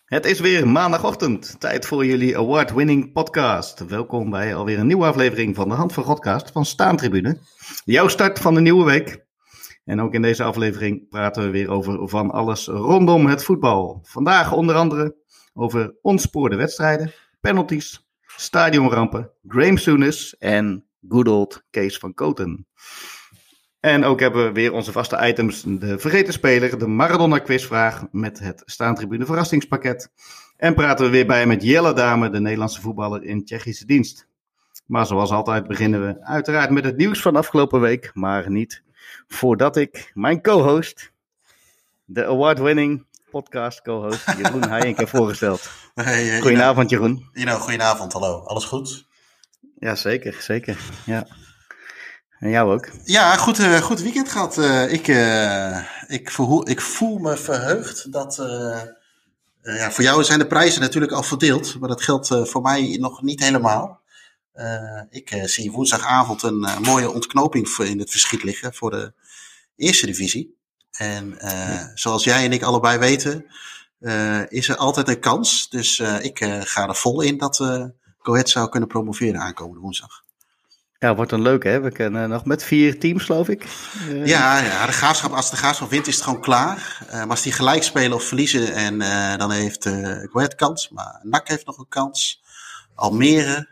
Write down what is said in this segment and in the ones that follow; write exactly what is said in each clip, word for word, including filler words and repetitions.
Het is weer maandagochtend, tijd voor jullie award-winning podcast. Welkom bij alweer een nieuwe aflevering van de Hand van Godcast van Staantribune. Jouw start van de nieuwe week. En ook in deze aflevering praten we weer over van alles rondom het voetbal. Vandaag onder andere over ontspoorde wedstrijden, penalties, stadionrampen, Graeme Souness en good old Kees van Koten. En ook hebben we weer onze vaste items, de vergeten speler, de Maradona quizvraag met het Staantribune verrassingspakket. En praten we weer bij met Jelle Dame, de Nederlandse voetballer in Tsjechische dienst. Maar zoals altijd beginnen we uiteraard met het nieuws van afgelopen week, maar niet voordat ik mijn co-host, de award-winning podcast co-host Jeroen Heijink heb voorgesteld. Hey, uh, goedenavond Jeroen. Ino, goedenavond, hallo. Alles goed? Ja, zeker, zeker. Ja. En jou ook? Ja, goed, uh, goed weekend gehad. Uh, ik, uh, ik, verhoel, ik voel me verheugd dat... Uh, uh, ja, voor jou zijn de prijzen natuurlijk al verdeeld, maar dat geldt uh, voor mij nog niet helemaal. Uh, ik uh, zie woensdagavond een uh, mooie ontknoping in het verschiet liggen voor de eerste divisie. En uh, ja. zoals jij en ik allebei weten, uh, is er altijd een kans. Dus uh, ik uh, ga er vol in dat uh, Go Ahead zou kunnen promoveren aankomende woensdag. Ja, wordt een leuk hè. We kunnen nog met vier teams, geloof ik. Uh... Ja, ja de graafschap, als de graafschap wint is het gewoon klaar. Uh, maar als die gelijk spelen of verliezen, en, uh, dan heeft uh, Go Ahead kans. Maar N A C heeft nog een kans. Almere.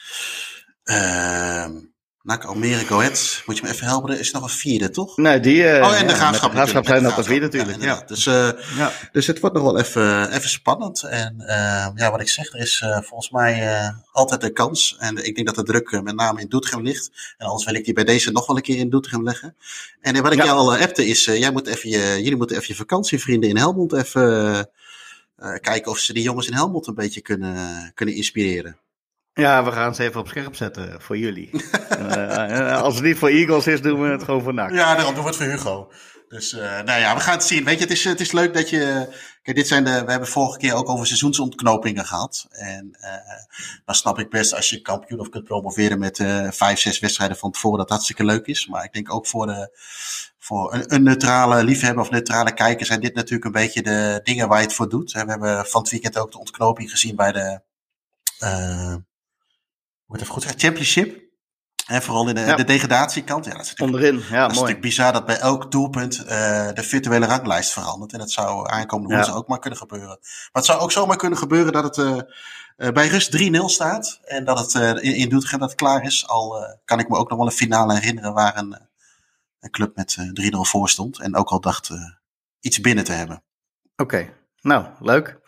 Uh, N A C, Almere, Go Ahead. Moet je me even helpen? Er is nog een vierde, toch? Nee, die... Uh, oh, en de ja, graafschap. De graafschap zijn nog een vierde natuurlijk. Ja, ja. Dus, uh, ja. dus het wordt nog wel even, even spannend. En uh, ja, wat ik zeg, er is uh, volgens mij uh, altijd een kans. En ik denk dat de druk uh, met name in Doetinchem ligt. En anders wil ik die bij deze nog wel een keer in Doetinchem leggen. En uh, wat ik ja. jou al uh, appte is, uh, jij moet even je, jullie moeten even je vakantievrienden in Helmond even uh, uh, kijken of ze die jongens in Helmond een beetje kunnen, kunnen inspireren. Ja, we gaan ze even op scherp zetten voor jullie. uh, als het niet voor Eagles is, doen we het gewoon voor N A C. Ja, dan doen we het voor Hugo. Dus uh, nou ja, we gaan het zien. Weet je, het is, het is leuk dat je... Kijk, dit zijn de... We hebben vorige keer ook over seizoensontknopingen gehad. En uh, dan snap ik best als je kampioen of kunt promoveren met uh, vijf, zes wedstrijden van tevoren, dat hartstikke leuk is. Maar ik denk ook voor, de, voor een, een neutrale liefhebber of neutrale kijker zijn dit natuurlijk een beetje de dingen waar je het voor doet. We hebben van het weekend ook de ontknoping gezien bij de... Uh, Wordt even goed gezegd, championship. En vooral in de, ja. de degradatiekant. Ja, dat is onderin, ja, dat mooi. is natuurlijk bizar dat bij elk doelpunt uh, de virtuele ranglijst verandert. En dat zou aankomende woensdag ja. ook maar kunnen gebeuren. Maar het zou ook zomaar kunnen gebeuren dat het uh, uh, bij rust drie nul staat. En dat het uh, in, in Doetinchem dat het klaar is. Al uh, kan ik me ook nog wel een finale herinneren waar een, een club met uh, drie nul voor stond. En ook al dacht uh, iets binnen te hebben. Oké, okay. Nou, leuk.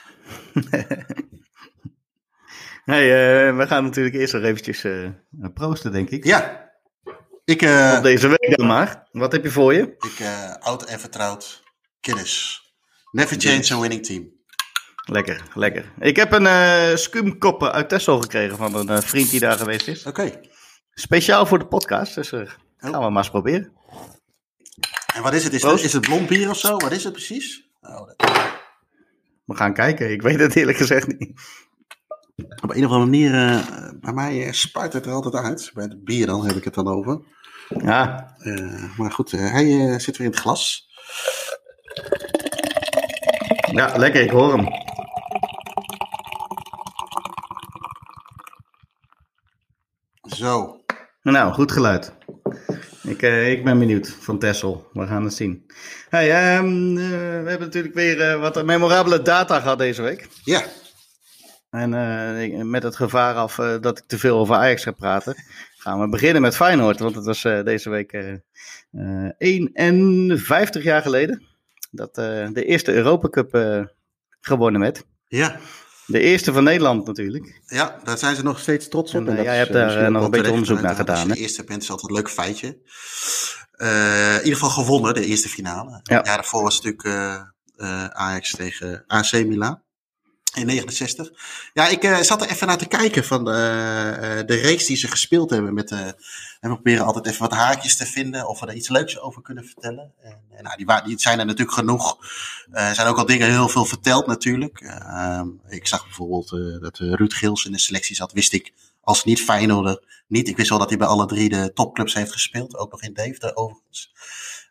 Hey, uh, we gaan natuurlijk eerst nog eventjes uh, proosten, denk ik. Ja. Ik, uh, Op deze week dan maar. Wat heb je voor je? Ik, uh, oud en vertrouwd, Kiddes. Never change a winning team. Lekker, lekker. Ik heb een uh, skumkoppen uit Texel gekregen van een uh, vriend die daar geweest is. Oké. Okay. Speciaal voor de podcast, dus uh, gaan oh. we maar eens proberen. En wat is het? Is, het? is het blond bier of zo? Wat is het precies? Oh, dat... We gaan kijken, ik weet het eerlijk gezegd niet. Op een of andere manier, uh, bij mij uh, spuit het er altijd uit. Bij het bier dan heb ik het dan over. Ja. Uh, maar goed, uh, hij uh, zit weer in het glas. Ja, lekker, ik hoor hem. Zo. Nou, goed geluid. Ik, uh, ik ben benieuwd van Texel. We gaan het zien. Hey, um, uh, we hebben natuurlijk weer uh, wat memorabele data gehad deze week. Ja. En uh, met het gevaar af uh, dat ik te veel over Ajax ga praten, gaan we beginnen met Feyenoord. Want het was uh, deze week uh, uh, eenenvijftig jaar geleden dat uh, de eerste Europa Cup uh, gewonnen werd. Ja. De eerste van Nederland natuurlijk. Ja, daar zijn ze nog steeds trots op. En, en dat jij hebt daar uh, nog een beetje onderzoek naar gedaan. Als je de eerste bent, is altijd een leuk feitje. Uh, in ieder geval gewonnen, de eerste finale. Ja. Ja, daarvoor was het natuurlijk uh, uh, Ajax tegen A C Milan. In negenenzestig. Ja, ik uh, zat er even naar te kijken van uh, uh, de reeks die ze gespeeld hebben. Met, uh, en we proberen altijd even wat haakjes te vinden of we er iets leuks over kunnen vertellen. En, en nou, die, die zijn er natuurlijk genoeg. Uh, er zijn ook al dingen heel veel verteld natuurlijk. Uh, ik zag bijvoorbeeld uh, dat uh, Ruud Geels in de selectie zat. Wist ik als niet Feyenoorder niet. Ik wist wel dat hij bij alle drie de topclubs heeft gespeeld. Ook nog in Deventer overigens.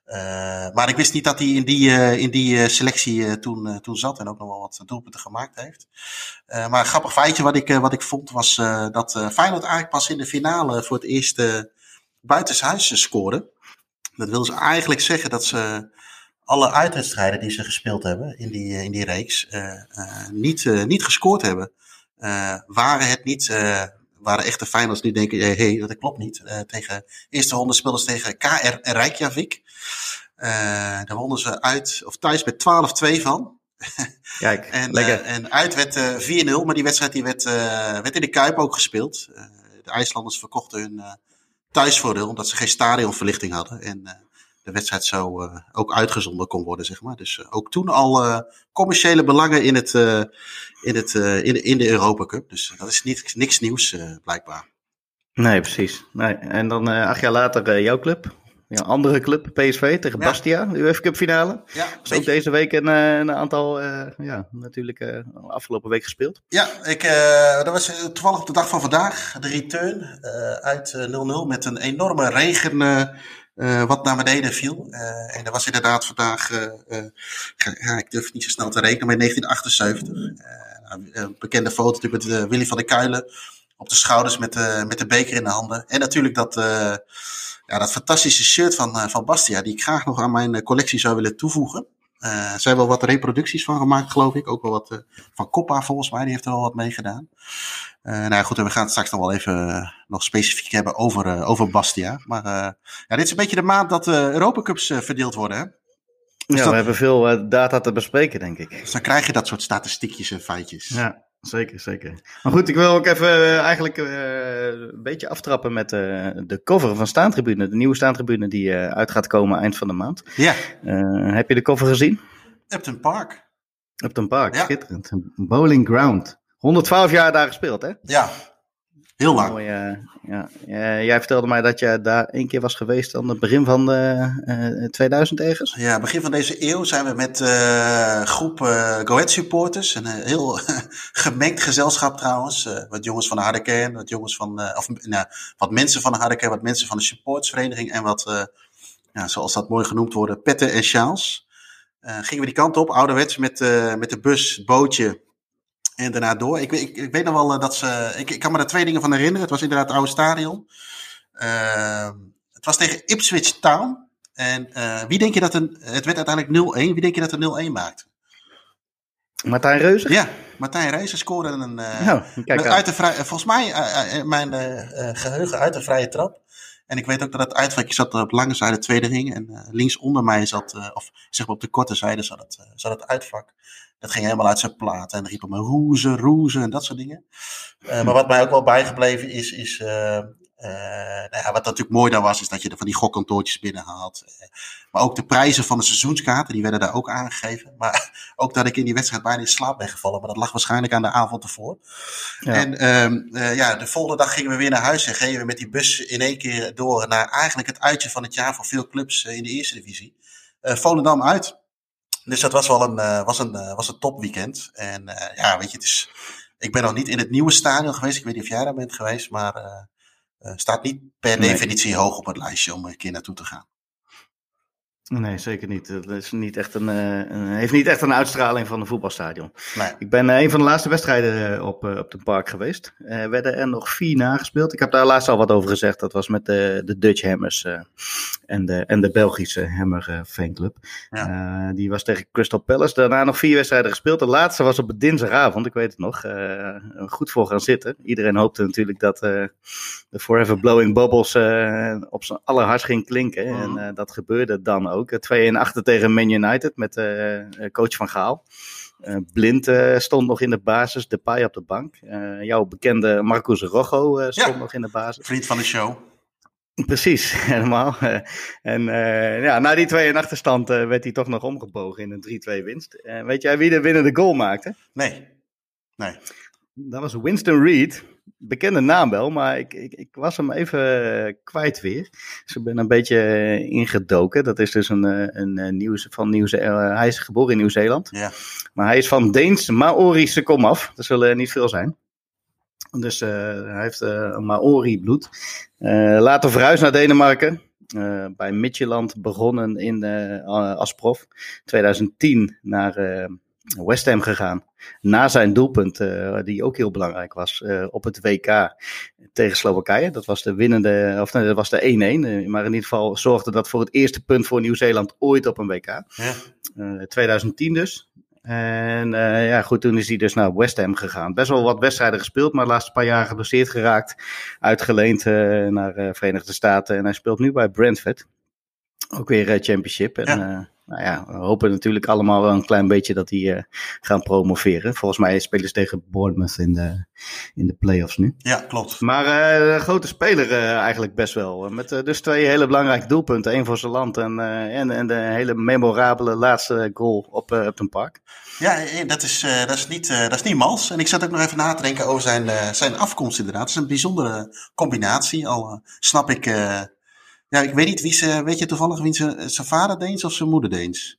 Uh, maar ik wist niet dat hij in die, uh, in die uh, selectie uh, toen, uh, toen zat en ook nog wel wat doelpunten gemaakt heeft. Uh, maar een grappig feitje wat ik, uh, wat ik vond was uh, dat uh, Feyenoord eigenlijk pas in de finale voor het eerst uh, buitenshuis scoorde. Dat wil dus eigenlijk zeggen dat ze alle uitwedstrijden die ze gespeeld hebben in die, uh, in die reeks uh, uh, niet, uh, niet gescoord hebben. Uh, waren het niet... Uh, waren echte Feyenoorders die denken, hé, hey, dat klopt niet. Uh, tegen eerste ronde speelden ze tegen K R Reykjavik. Uh, daar wonnen ze uit, of thuis met twaalf twee van. Kijk, en, lekker. Uh, en uit werd uh, vier nul, maar die wedstrijd die werd, uh, werd in de Kuip ook gespeeld. Uh, de IJslanders verkochten hun uh, thuisvoordeel, omdat ze geen stadionverlichting hadden. En uh, de wedstrijd zo uh, ook uitgezonden kon worden, zeg maar. Dus uh, ook toen al uh, commerciële belangen in, het, uh, in, het, uh, in, de, in de Europa Cup. Dus uh, dat is niet, niks nieuws, uh, blijkbaar. Nee, precies. Nee. En dan uh, acht jaar later uh, jouw club. Ja, andere club, P S V tegen ja. Bastia, de U E F A Cup finale. Ja, dus ook deze week een, een aantal, uh, ja, natuurlijk uh, afgelopen week gespeeld. Ja, ik, uh, dat was toevallig op de dag van vandaag, de return uh, uit uh, nul nul met een enorme regen uh, uh, wat naar beneden viel. Uh, en er was inderdaad vandaag, uh, uh, ja, ik durf het niet zo snel te rekenen, maar in negentien achtenzeventig. Uh, een bekende foto natuurlijk met uh, Willy van der Kuilen op de schouders met, uh, met de beker in de handen. En natuurlijk dat... Uh, Ja, dat fantastische shirt van, uh, van Bastia, die ik graag nog aan mijn uh, collectie zou willen toevoegen. Uh, er zijn wel wat reproducties van gemaakt, geloof ik. Ook wel wat uh, van Coppa, volgens mij, die heeft er wel wat mee gedaan. Uh, nou ja, goed, en we gaan het straks nog wel even uh, nog specifiek hebben over, uh, over Bastia. Maar uh, ja, dit is een beetje de maand dat uh, Europa Cups uh, verdeeld worden, hè? Dus ja, dat, we hebben veel uh, data te bespreken, denk ik. Dus dan krijg je dat soort statistiekjes en feitjes. Ja. Zeker, zeker. Maar goed, ik wil ook even uh, eigenlijk uh, een beetje aftrappen met uh, de cover van Staantribune. De nieuwe Staantribune die uh, uit gaat komen eind van de maand. Ja. Uh, heb je de cover gezien? Upton Park. Upton Park, ja. Schitterend. Bowling Ground. honderdtwaalf jaar daar gespeeld, hè? Ja, heel lang. Mooi, uh, ja. Uh, jij vertelde mij dat je daar één keer was geweest aan het begin van de, uh, tweeduizend ergens. Ja, begin van deze eeuw zijn we met uh, groep uh, Go Ahead supporters. Een uh, heel gemengd gezelschap trouwens. Uh, wat jongens van de harde kern, wat jongens van, uh, of nou, wat mensen van de harde kern, wat mensen van de supportersvereniging en wat, uh, ja, zoals dat mooi genoemd worden, petten en sjaals. Uh, gingen we die kant op, ouderwets met, uh, met de bus, bootje. En daarna door. Ik, ik, ik weet nog wel uh, dat ze... Ik, ik kan me er twee dingen van herinneren. Het was inderdaad het oude stadion. Uh, het was tegen Ipswich Town. En uh, wie denk je dat een... Het werd uiteindelijk nul één. Wie denk je dat er nul één maakte? Martijn Reuser? Ja, Martijn Reuser scoorde een... Uh, nou, kijk uit de vrij, volgens mij, uh, uh, mijn uh, uh, geheugen uit de vrije trap. En ik weet ook dat het uitvakje zat op lange zijde, tweede ring. En uh, links onder mij zat... Uh, of zeg maar op de korte zijde zat het, uh, zat het uitvak. Dat ging helemaal uit zijn plaat en riep hem roeze, roeze en dat soort dingen. Uh, maar wat mij ook wel bijgebleven is, is uh, uh, nou ja, wat natuurlijk mooi daar was, is dat je er van die gokkantoortjes binnenhaalt. Uh, maar ook de prijzen van de seizoenskaarten, die werden daar ook aangegeven. Maar ook dat ik in die wedstrijd bijna in slaap ben gevallen, maar dat lag waarschijnlijk aan de avond ervoor. Ja. En uh, uh, ja, de volgende dag gingen we weer naar huis en gingen we met die bus in één keer door naar eigenlijk het uitje van het jaar voor veel clubs uh, in de eerste divisie. Uh, Volendam uit. Dus dat was wel een, uh, was een, uh, was een topweekend. En uh, ja, weet je, het is, ik ben nog niet in het nieuwe stadion geweest. Ik weet niet of jij daar bent geweest, maar uh, uh, staat niet per nee. definitie hoog op het lijstje om een keer naartoe te gaan. Nee, zeker niet. Het is niet echt een, een, heeft niet echt een uitstraling van een voetbalstadion. Nee. Ik ben een van de laatste wedstrijden op, op de park geweest. Er werden er nog vier nagespeeld. Ik heb daar laatst al wat over gezegd. Dat was met de, de Dutch Hammers uh, en, de, en de Belgische Hammer uh, fanclub. Ja. Uh, die was tegen Crystal Palace. Daarna nog vier wedstrijden gespeeld. De laatste was op een dinsdagavond, ik weet het nog. Uh, goed voor gaan zitten. Iedereen hoopte natuurlijk dat uh, de Forever Blowing Bubbles uh, op zijn allerhardst ging klinken. Uh-huh. En uh, dat gebeurde dan ook. twee een achter tegen Man United met uh, coach Van Gaal. Uh, Blind uh, stond nog in de basis, Depay op de bank. Uh, jouw bekende Marcos Rojo uh, stond ja, nog in de basis. Vriend van de show. Precies, helemaal. Uh, en uh, ja, na die twee een achterstand uh, werd hij toch nog omgebogen in een drie twee winst. Uh, weet jij wie de winnende goal maakte? Nee. Nee. Dat was Winston Reid. Bekende naam wel, maar ik, ik, ik was hem even kwijt weer. Dus ik ben een beetje ingedoken. Dat is dus een, een, een nieuws van Nieuw-Zeeland. Hij is geboren in Nieuw-Zeeland. Ja. Maar hij is van Deens Maorische komaf. Dat zullen er niet veel zijn. Dus uh, hij heeft uh, Maori bloed. Uh, later verhuisd naar Denemarken. Uh, bij Midtjylland begonnen in, uh, als prof. twintig tien naar uh, West Ham gegaan. Na zijn doelpunt, uh, die ook heel belangrijk was, uh, op het W K tegen Slowakije. Dat was de winnende, of nee, dat was de één-één. Uh, maar in ieder geval zorgde dat voor het eerste punt voor Nieuw-Zeeland ooit op een W K. Ja. Uh, twintig tien dus. En uh, ja, goed, toen is hij dus naar West Ham gegaan. Best wel wat wedstrijden gespeeld, maar de laatste paar jaar geblesseerd geraakt. Uitgeleend uh, naar de uh, Verenigde Staten. En hij speelt nu bij Brentford. Ook weer uh, Championship. En ja. Uh, nou ja, we hopen natuurlijk allemaal wel een klein beetje dat die uh, gaan promoveren. Volgens mij spelen ze tegen Bournemouth in de, in de play-offs nu. Ja, klopt. Maar uh, de grote speler uh, eigenlijk best wel. Met uh, dus twee hele belangrijke doelpunten. Eén voor zijn land en, uh, en, en de hele memorabele laatste goal op uh, Upton Park. Ja, dat is, uh, dat, is niet, uh, dat is niet mals. En ik zat ook nog even na te denken over zijn, uh, zijn afkomst inderdaad. Het is een bijzondere combinatie. Al uh, snap ik... Uh, Ja, ik weet niet, wie ze, weet je toevallig wie ze, zijn vader Deens of zijn moeder Deens?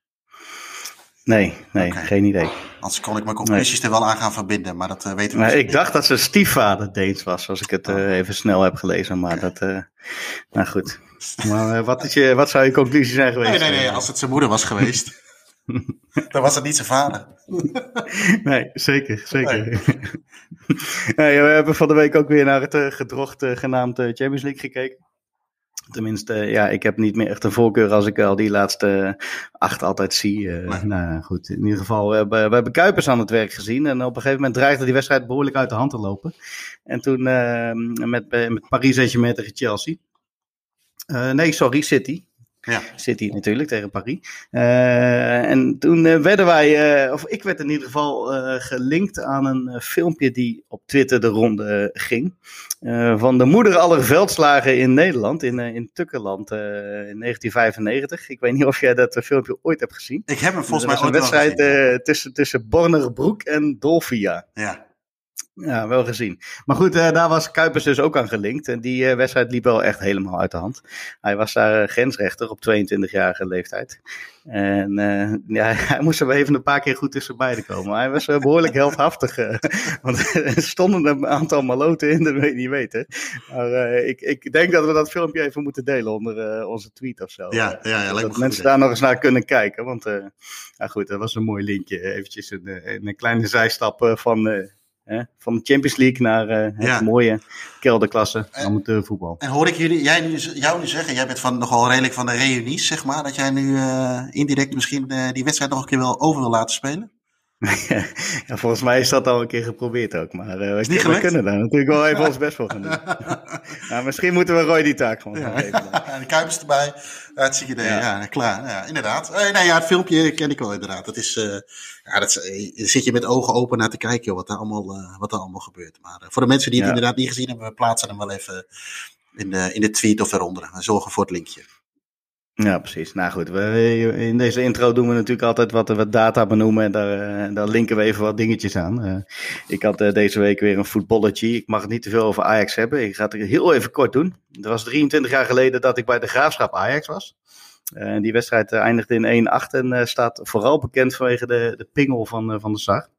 Nee, nee, okay. Geen idee. Anders kon ik mijn conclusies nee. er wel aan gaan verbinden, maar dat uh, weten we niet. Nee, ik dacht dat zijn stiefvader Deens was, als ik het uh, even snel heb gelezen, maar okay. dat, uh, nou goed. Maar uh, wat, is je, wat zou je conclusie zijn geweest? Nee, nee, nee, als het zijn moeder was geweest, dan was het niet zijn vader. Nee, zeker, zeker. Nee. Nee, we hebben van de week ook weer naar het uh, gedrocht uh, genaamd uh, Champions League gekeken. Tenminste, ja, ik heb niet meer echt een voorkeur als ik al die laatste acht altijd zie. Uh, nee. Nou goed, in ieder geval, we hebben, we hebben Kuipers aan het werk gezien. En op een gegeven moment dreigde die wedstrijd behoorlijk uit de hand te lopen. En toen uh, met, met Paris Saint-Germain tegen Chelsea. Uh, nee, sorry, City. Ja. City natuurlijk, tegen Paris. Uh, en toen uh, werden wij, uh, of ik werd in ieder geval uh, gelinkt aan een uh, filmpje die op Twitter de ronde uh, ging. Uh, van de moeder aller veldslagen in Nederland, in, uh, in Tukkerland uh, in negentien vijfennegentig. Ik weet niet of jij dat uh, filmpje ooit hebt gezien. Ik heb hem volgens mij ooit gezien. Een wedstrijd uh, tussen, tussen Bornerbroek en Dolfia. Ja. Ja, wel gezien. Maar goed, uh, daar was Kuipers dus ook aan gelinkt. En die uh, wedstrijd liep wel echt helemaal uit de hand. Hij was daar uh, grensrechter op tweeëntwintigjarige leeftijd. En uh, ja, hij moest er even een paar keer goed tussen beiden komen. Hij was uh, behoorlijk heldhaftig. Uh, want er stonden een aantal maloten in, dat weet ik niet weten. Maar uh, ik, ik denk dat we dat filmpje even moeten delen onder uh, onze tweet of zo. Ja, ja, ja, dat dat mensen daar nog eens naar kunnen kijken. Want uh, nou goed, dat was een mooi linkje. Eventjes een, een kleine zijstap uh, van... Uh, Hè, van de Champions League naar uh, het ja. mooie kelderklasse amateurvoetbal. En hoor ik jullie, jij nu, jou nu zeggen, jij bent van, nogal redelijk van de reunies, zeg maar, dat jij nu uh, indirect misschien uh, die wedstrijd nog een keer wel over wil laten spelen? Ja, volgens mij is dat al een keer geprobeerd ook, maar uh, we, we kunnen daar natuurlijk wel even ons best voor gaan doen. Nou, misschien moeten we Roy die taak gewoon ja. geven. De Kuipers erbij, hartstikke idee, ja. ja, klaar. Ja, inderdaad. Uh, nee, ja, het filmpje ken ik wel inderdaad. Dat is, uh, ja, dat is, uh, zit je met ogen open naar te kijken, joh, wat daar allemaal, uh, wat daar allemaal gebeurt. Maar uh, voor de mensen die het ja. inderdaad niet gezien hebben, we plaatsen hem wel even in de, in de tweet of eronder. We zorgen voor het linkje. Ja, precies. Nou goed, we, in deze intro doen we natuurlijk altijd wat, wat data benoemen en daar, uh, daar linken we even wat dingetjes aan. Uh, ik had uh, deze week weer een voetballetje. Ik mag het niet te veel over Ajax hebben. Ik ga het heel even kort doen. Het was drieëntwintig jaar geleden dat ik bij de Graafschap Ajax was. Uh, die wedstrijd uh, eindigde in één acht en uh, staat vooral bekend vanwege de, de pingel van, uh, van de S A R.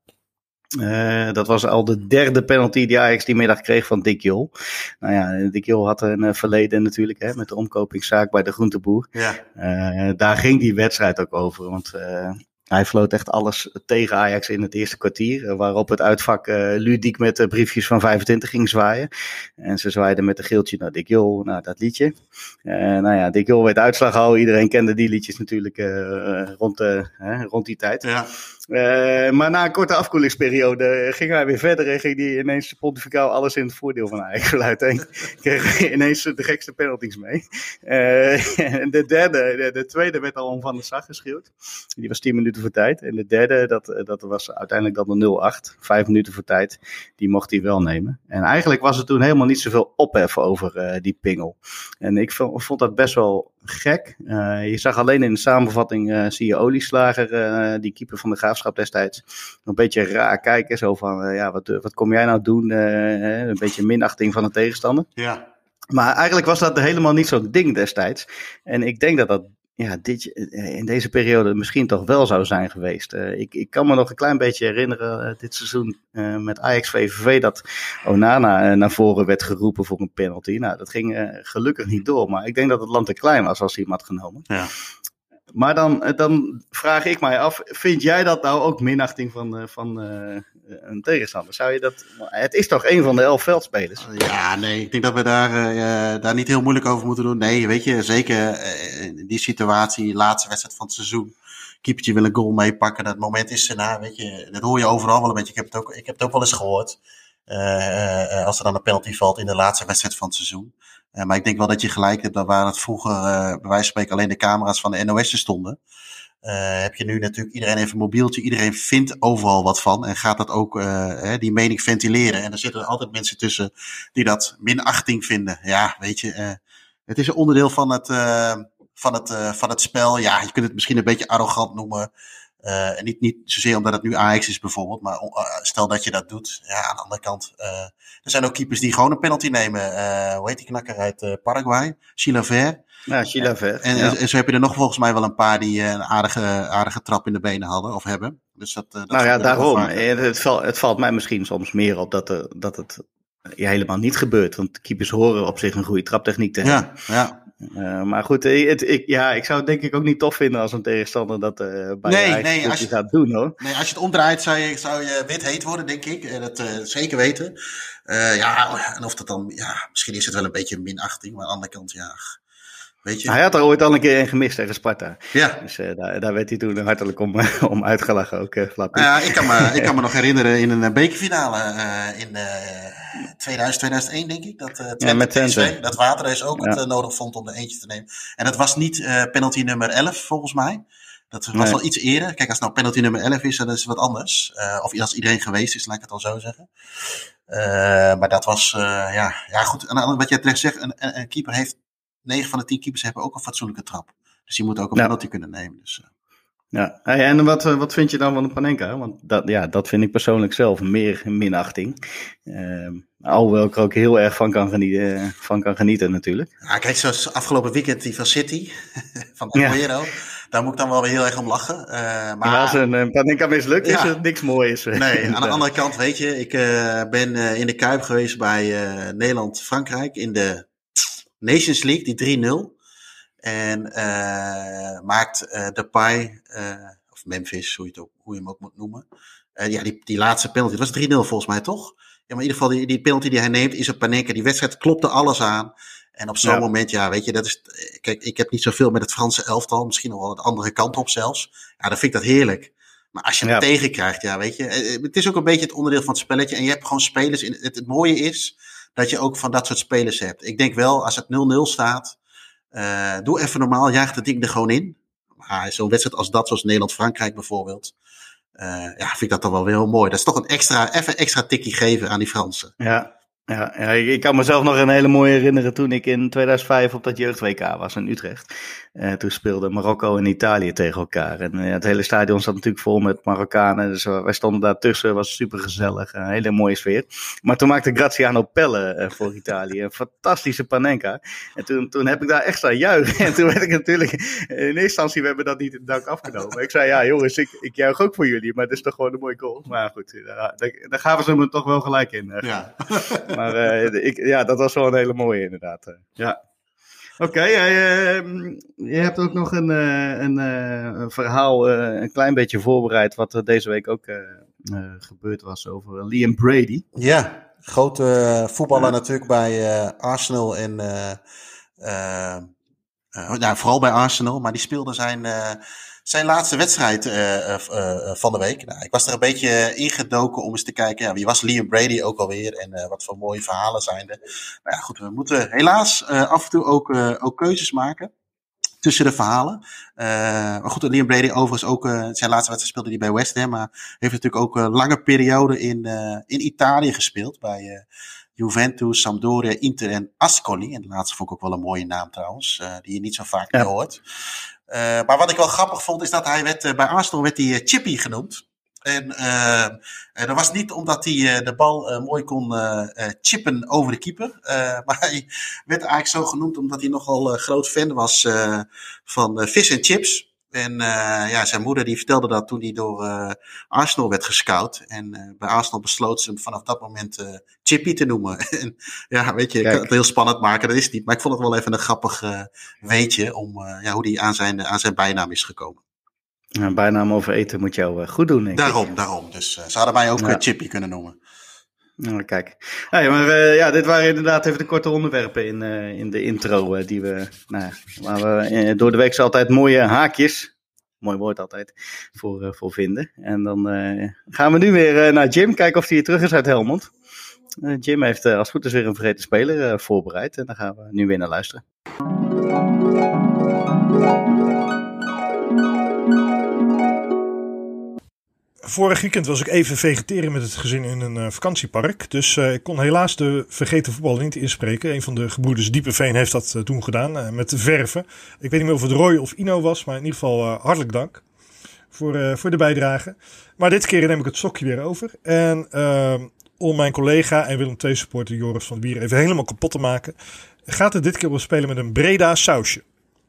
Uh, dat was al de derde penalty die Ajax die middag kreeg van Dick Jol. Nou ja, Dick Jol had een uh, verleden natuurlijk hè, met de omkopingszaak bij de Groenteboer. Ja. Uh, daar ging die wedstrijd ook over, want uh, hij floot echt alles tegen Ajax in het eerste kwartier. Uh, waarop het uitvak uh, ludiek met uh, briefjes van vijfentwintig ging zwaaien. En ze zwaaiden met een geeltje naar Dick Jol, nou dat liedje. Uh, nou ja, Dick Jol werd uitslag houden. Iedereen kende die liedjes natuurlijk uh, rond, uh, uh, rond die tijd. Ja. Uh, maar na een korte afkoelingsperiode ging hij weer verder en ging hij ineens pontificaal alles in het voordeel van Ajax fluiten. En kreeg hij ineens de gekste penalties mee. Uh, en de derde, de, de tweede werd al om Van der Sar geschreeuwd. Die was tien minuten voor tijd. En de derde, dat, dat was uiteindelijk dan de nul acht, vijf minuten voor tijd. Die mocht hij wel nemen. En eigenlijk was er toen helemaal niet zoveel ophef over uh, die pingel. En ik vond, vond dat best wel gek. Uh, je zag alleen in de samenvatting, uh, zie je Olieslager, uh, die keeper van de Graafschap destijds, een beetje raar kijken. Zo van, uh, ja, wat, wat kom jij nou doen? Uh, een beetje minachting van de tegenstander. Ja. Maar eigenlijk was dat helemaal niet zo'n ding destijds. En ik denk dat dat ja, dit, in deze periode misschien toch wel zou zijn geweest. Uh, ik, ik kan me nog een klein beetje herinneren uh, dit seizoen uh, met Ajax V V V dat Onana uh, naar voren werd geroepen voor een penalty. Nou, dat ging uh, gelukkig niet door, maar ik denk dat het land te klein was als hij hem had genomen. Ja. Maar dan, dan vraag ik mij af, vind jij dat nou ook minachting van, van uh, een tegenstander? Zou je dat? Het is toch een van de elf veldspelers? Ja, nee, ik denk dat we daar, uh, daar niet heel moeilijk over moeten doen. Nee, weet je, zeker uh, in die situatie, laatste wedstrijd van het seizoen. Keepertje wil een goal meepakken, dat moment is erna, weet je. Dat hoor je overal wel een beetje. Ik heb het ook, ik heb het ook wel eens gehoord. Uh, uh, als er dan een penalty valt in de laatste wedstrijd van het seizoen. Uh, maar ik denk wel dat je gelijk hebt, dat waar het vroeger uh, bij wijze van spreken alleen de camera's van de N O S stonden. Uh, heb je nu natuurlijk, iedereen heeft een mobieltje, iedereen vindt overal wat van en gaat dat ook, uh, die mening ventileren. En er zitten altijd mensen tussen die dat minachting vinden. Ja, weet je, uh, het is een onderdeel van het, uh, van het, uh, van het spel. Ja, je kunt het misschien een beetje arrogant noemen. Uh, en niet, niet zozeer omdat het nu Ajax is bijvoorbeeld, maar uh, stel dat je dat doet. Ja, aan de andere kant, uh, er zijn ook keepers die gewoon een penalty nemen. Uh, hoe heet die knakker uit uh, Paraguay? Chilavert. Ja, Chilavert. En, ja. en zo heb je er nog volgens mij wel een paar die een aardige, aardige trap in de benen hadden of hebben. Dus dat, dat nou ja, daarom. Het valt, het valt mij misschien soms meer op dat, er, dat het ja, helemaal niet gebeurt. Want keepers horen op zich een goede traptechniek te hebben. Ja, ja. Uh, maar goed, het, ik, ja, ik zou het denk ik ook niet tof vinden als een tegenstander dat uh, bij nee, je nee, als je gaat doen, hoor. Nee, als je het omdraait zou je, zou je wit heet worden, denk ik. En dat uh, zeker weten. Uh, ja, en of dat dan, ja, misschien is het wel een beetje een minachting, maar aan de andere kant, ja, weet je. Hij had er ooit al een keer een gemist tegen Sparta. Ja. Dus uh, daar, daar werd hij toen hartelijk om, om uitgelachen ook, uh, Flappy. Ja, ik kan me, ik kan me nog herinneren in een bekerfinale uh, in uh, tweeduizend, tweeduizend één, denk ik. Dat, uh, Twente, ja, met Twente. Dat Waterreis ook ja. het uh, nodig vond om er eentje te nemen. En dat was niet uh, penalty nummer elf, volgens mij. Dat was nee. wel iets eerder. Kijk, als het nou penalty nummer elf is, dan is het wat anders. Uh, of als iedereen geweest is, laat ik het al zo zeggen. Uh, maar dat was, uh, ja, ja goed. En wat jij terecht zegt, een, een keeper heeft, negen van de tien keepers hebben ook een fatsoenlijke trap. Dus die moeten ook een ja. penalty kunnen nemen. Dus, uh. Ja, en wat, wat vind je dan van de Panenka? Want dat, ja, dat vind ik persoonlijk zelf meer minachting. Uh, alhoewel ik er ook heel erg van kan genieten, van kan genieten natuurlijk. Ja, kijk, zoals afgelopen weekend die van City, van Aguero. Ja. Daar moet ik dan wel weer heel erg om lachen. Uh, maar ja, als een, een Panenka mislukt, ja. is het niks moois. Nee, aan de andere kant, weet je, ik uh, ben uh, in de Kuip geweest bij uh, Nederland-Frankrijk in de Nations League, die drie nul. En uh, maakt uh, Depay, uh, of Memphis, hoe je, het ook, hoe je hem ook moet noemen. Uh, ja, die, die laatste penalty, het was drie nul volgens mij, toch? Ja, maar in ieder geval, die, die penalty die hij neemt is op Panenka. Die wedstrijd klopte alles aan. En op zo'n ja. moment, ja, weet je, dat is... Kijk, ik heb niet zoveel met het Franse elftal. Misschien nog wel de andere kant op zelfs. Ja, dan vind ik dat heerlijk. Maar als je hem ja. tegenkrijgt, ja, weet je... Het is ook een beetje het onderdeel van het spelletje. En je hebt gewoon spelers... In, het, het mooie is dat je ook van dat soort spelers hebt. Ik denk wel, als het nul nul staat... Uh, doe even normaal, jaag het ding er gewoon in. Maar zo'n wedstrijd als dat, zoals Nederland-Frankrijk bijvoorbeeld... Uh, ja, vind ik dat dan wel weer heel mooi. Dat is toch een extra, even extra tikkie geven aan die Fransen. Ja. Ja, ja, ik kan mezelf nog een hele mooie herinneren toen ik in tweeduizend vijf op dat jeugd-W K was in Utrecht. Uh, toen speelden Marokko en Italië tegen elkaar. En uh, het hele stadion zat natuurlijk vol met Marokkanen. Dus uh, wij stonden daartussen, was super gezellig. Een hele mooie sfeer. Maar toen maakte Graziano Pelle uh, voor Italië een fantastische Panenka. En toen, toen heb ik daar extra juichen. En toen werd ik natuurlijk, in eerste instantie, we hebben dat niet in dank afgenomen. Ik zei, ja jongens, ik, ik juich ook voor jullie. Maar het is toch gewoon een mooie goal. Maar goed, daar, daar gaven ze me toch wel gelijk in. Uh, ja. Maar uh, ik, ja, dat was wel een hele mooie inderdaad. Uh, ja. Oké, okay, uh, je hebt ook nog een, uh, een, uh, een verhaal uh, een klein beetje voorbereid wat er deze week ook uh, uh, gebeurd was over Liam Brady. Ja, grote uh, voetballer uh, natuurlijk bij uh, Arsenal en uh, uh, uh, nou, vooral bij Arsenal, maar die speelde zijn... Uh, Zijn laatste wedstrijd uh, uh, uh, van de week. Nou, ik was er een beetje ingedoken om eens te kijken. Ja, wie was Liam Brady ook alweer? En uh, wat voor mooie verhalen zijn er. Nou ja, goed, we moeten helaas uh, af en toe ook, uh, ook keuzes maken. Tussen de verhalen. Uh, maar goed, Liam Brady overigens ook... Uh, zijn laatste wedstrijd speelde hij bij West Ham. Maar heeft natuurlijk ook een uh, lange periode in, uh, in Italië gespeeld. Bij uh, Juventus, Sampdoria, Inter en Ascoli. En de laatste vond ik ook wel een mooie naam trouwens. Uh, die je niet zo vaak meer ja. hoort. Uh, maar wat ik wel grappig vond, is dat hij werd, uh, bij Arsenal werd hij uh, Chippy genoemd. En uh, dat was niet omdat hij uh, de bal uh, mooi kon uh, uh, chippen over de keeper. Uh, maar hij werd eigenlijk zo genoemd omdat hij nogal uh, groot fan was uh, van uh, vis en chips. En uh, ja, zijn moeder die vertelde dat toen hij door uh, Arsenal werd gescout. En uh, bij Arsenal besloot ze hem vanaf dat moment uh, Chippy te noemen. En ja, weet je, ik Kijk. kan het heel spannend maken, dat is het niet. Maar ik vond het wel even een grappig uh, weetje om uh, ja, hoe hij aan zijn, aan zijn bijnaam is gekomen. Een bijnaam over eten moet jou uh, goed doen, denk daarom, ik. Daarom, Dus uh, ze hadden mij ook ja. uh, Chippy kunnen noemen. Nou, kijk. Hey, maar uh, ja, dit waren inderdaad even de korte onderwerpen in, uh, in de intro uh, die we, nou, waar we uh, door de week zo altijd mooie haakjes, mooi woord altijd, voor, uh, voor vinden. En dan uh, gaan we nu weer uh, naar Jim, kijken of hij hier terug is uit Helmond. Uh, Jim heeft uh, als het goed is weer een vergeten speler uh, voorbereid en daar gaan we nu weer naar luisteren. Vorig weekend was ik even vegeteren met het gezin in een uh, vakantiepark. Dus uh, ik kon helaas de vergeten voetballer niet inspreken. Een van de gebroeders Diepeveen heeft dat uh, toen gedaan uh, met verven. Ik weet niet meer of het Roy of Ino was, maar in ieder geval uh, hartelijk dank voor, uh, voor de bijdrage. Maar dit keer neem ik het stokje weer over. En uh, om mijn collega en Willem twee supporter Joris van der Bier even helemaal kapot te maken, gaat het dit keer wel spelen met een Breda sausje.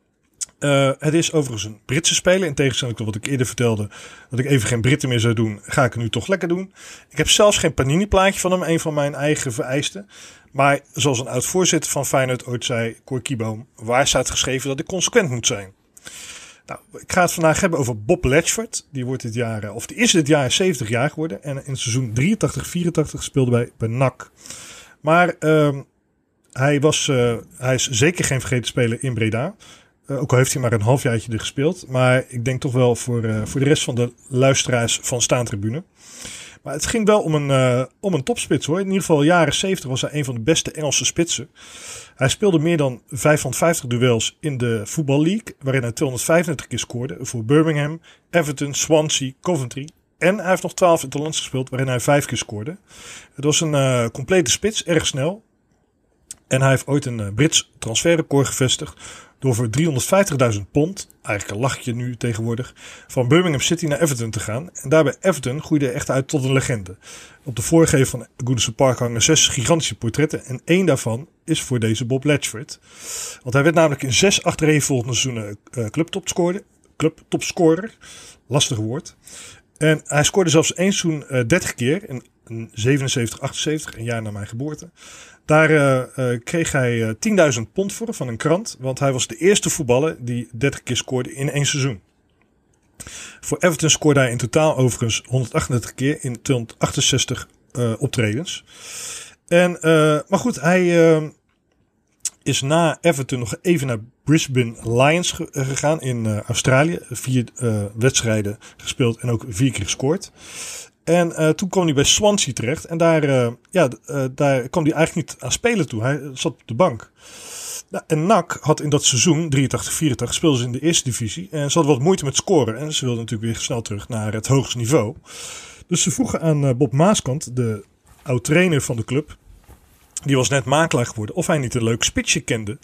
Uh, het is overigens een Britse speler. In tegenstelling tot wat ik eerder vertelde, dat ik even geen Britten meer zou doen, ga ik het nu toch lekker doen. Ik heb zelfs geen panini plaatje van hem, een van mijn eigen vereisten. Maar zoals een oud voorzitter van Feyenoord ooit zei, Cor Kieboom, waar staat geschreven dat ik consequent moet zijn? Nou, ik ga het vandaag hebben over Bob Latchford. Die wordt dit jaar, of die is dit jaar zeventig jaar geworden. En in het seizoen drieëntachtig vierentachtig speelde bij, bij N A C. Maar uh, hij, was, uh, hij is zeker geen vergeten speler in Breda. Uh, ook al heeft hij maar een halfjaartje er gespeeld. Maar ik denk toch wel voor, uh, voor de rest van de luisteraars van Staantribune. Maar het ging wel om een, uh, om een topspits hoor. In ieder geval jaren zeventig was hij een van de beste Engelse spitsen. Hij speelde meer dan vijfhonderdvijftig duels in de Football League. Waarin hij tweehonderdvijfendertig keer scoorde voor Birmingham, Everton, Swansea, Coventry. En hij heeft nog twaalf interlands gespeeld waarin hij vijf keer scoorde. Het was een uh, complete spits, erg snel. En hij heeft ooit een uh, Brits transferrecord gevestigd door voor driehonderdvijftigduizend pond, eigenlijk een lachje nu tegenwoordig, van Birmingham City naar Everton te gaan. En daarbij Everton groeide echt uit tot een legende. Op de voorgevel van Goodison Park hangen zes gigantische portretten en één daarvan is voor deze Bob Latchford. Want hij werd namelijk in zes achtereenvolgende seizoenen uh, clubtopscorer, clubtopscorer, lastig woord. En hij scoorde zelfs één seizoen uh, dertig keer, in, in zevenenzeventig achtenzeventig, een jaar na mijn geboorte. Daar uh, uh, kreeg hij uh, tienduizend pond voor van een krant, want hij was de eerste voetballer die dertig keer scoorde in één seizoen. Voor Everton scoorde hij in totaal overigens honderdachtendertig keer in tweehonderdachtenzestig uh, optredens. En, uh, maar goed, hij uh, is na Everton nog even naar Brisbane Lions ge- gegaan in uh, Australië. Vier uh, wedstrijden gespeeld en ook vier keer gescoord. En uh, toen kwam hij bij Swansea terecht. En daar, uh, ja, uh, daar kwam hij eigenlijk niet aan spelen toe. Hij zat op de bank. Nou, en N A C had in dat seizoen, drieëntachtig vierentachtig, speelden ze in de eerste divisie. En ze hadden wat moeite met scoren. En ze wilden natuurlijk weer snel terug naar het hoogste niveau. Dus ze vroegen aan uh, Bob Maaskant, de oud-trainer van de club. Die was net makelaar geworden. Of hij niet een leuk spitsje kende.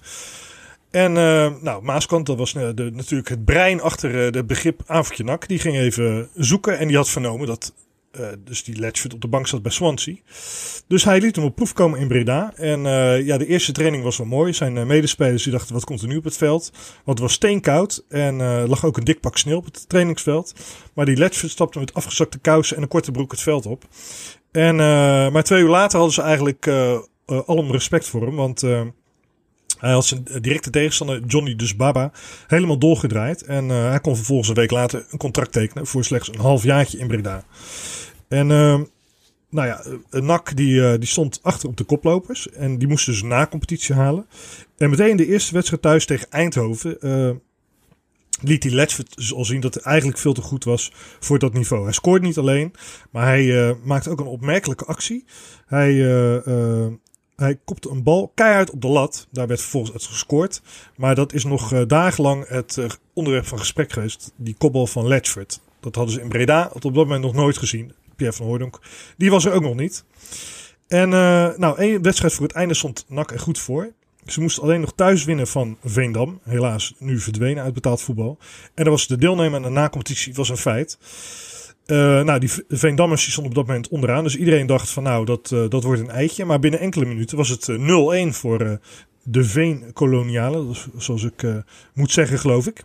En uh, nou, Maaskant, dat was uh, de, natuurlijk het brein achter uh, het begrip Avertje N A C. Die ging even zoeken en die had vernomen dat Uh, dus die Latchford op de bank zat bij Swansea. Dus hij liet hem op proef komen in Breda. En uh, ja, de eerste training was wel mooi. Zijn uh, medespelers die dachten, wat komt er nu op het veld? Want het was steenkoud. En uh, lag ook een dik pak sneeuw op het trainingsveld. Maar die Latchford stapte met afgezakte kousen en een korte broek het veld op. En, uh, maar twee uur later hadden ze eigenlijk uh, uh, alom respect voor hem. Want uh, hij had zijn directe tegenstander Johnny Dusbaba helemaal doorgedraaid. En uh, hij kon vervolgens een week later een contract tekenen voor slechts een half jaartje in Breda. En uh, nou ja, N A C die, uh, die stond achter op de koplopers. En die moesten dus na competitie halen. En meteen de eerste wedstrijd thuis tegen Eindhoven Uh, liet die Latchford al zien dat hij eigenlijk veel te goed was voor dat niveau. Hij scoorde niet alleen, maar hij uh, maakte ook een opmerkelijke actie. Hij, uh, uh, hij kopte een bal keihard op de lat. Daar werd vervolgens uit gescoord. Maar dat is nog uh, dagenlang het uh, onderwerp van gesprek geweest. Die kopbal van Latchford. Dat hadden ze in Breda tot op dat moment nog nooit gezien. Pierre van Hooijdonk, die was er ook nog niet. En uh, nou, één wedstrijd voor het einde stond N A C er goed voor. Ze moesten alleen nog thuis winnen van Veendam. Helaas nu verdwenen uit betaald voetbal. En dat was de deelnemer aan de na-competitie, was een feit. Uh, nou, die Veendammers die stonden op dat moment onderaan. Dus iedereen dacht van nou, dat, uh, dat wordt een eitje. Maar binnen enkele minuten was het uh, nul-een voor uh, de Veenkolonialen. Zoals ik uh, moet zeggen, geloof ik.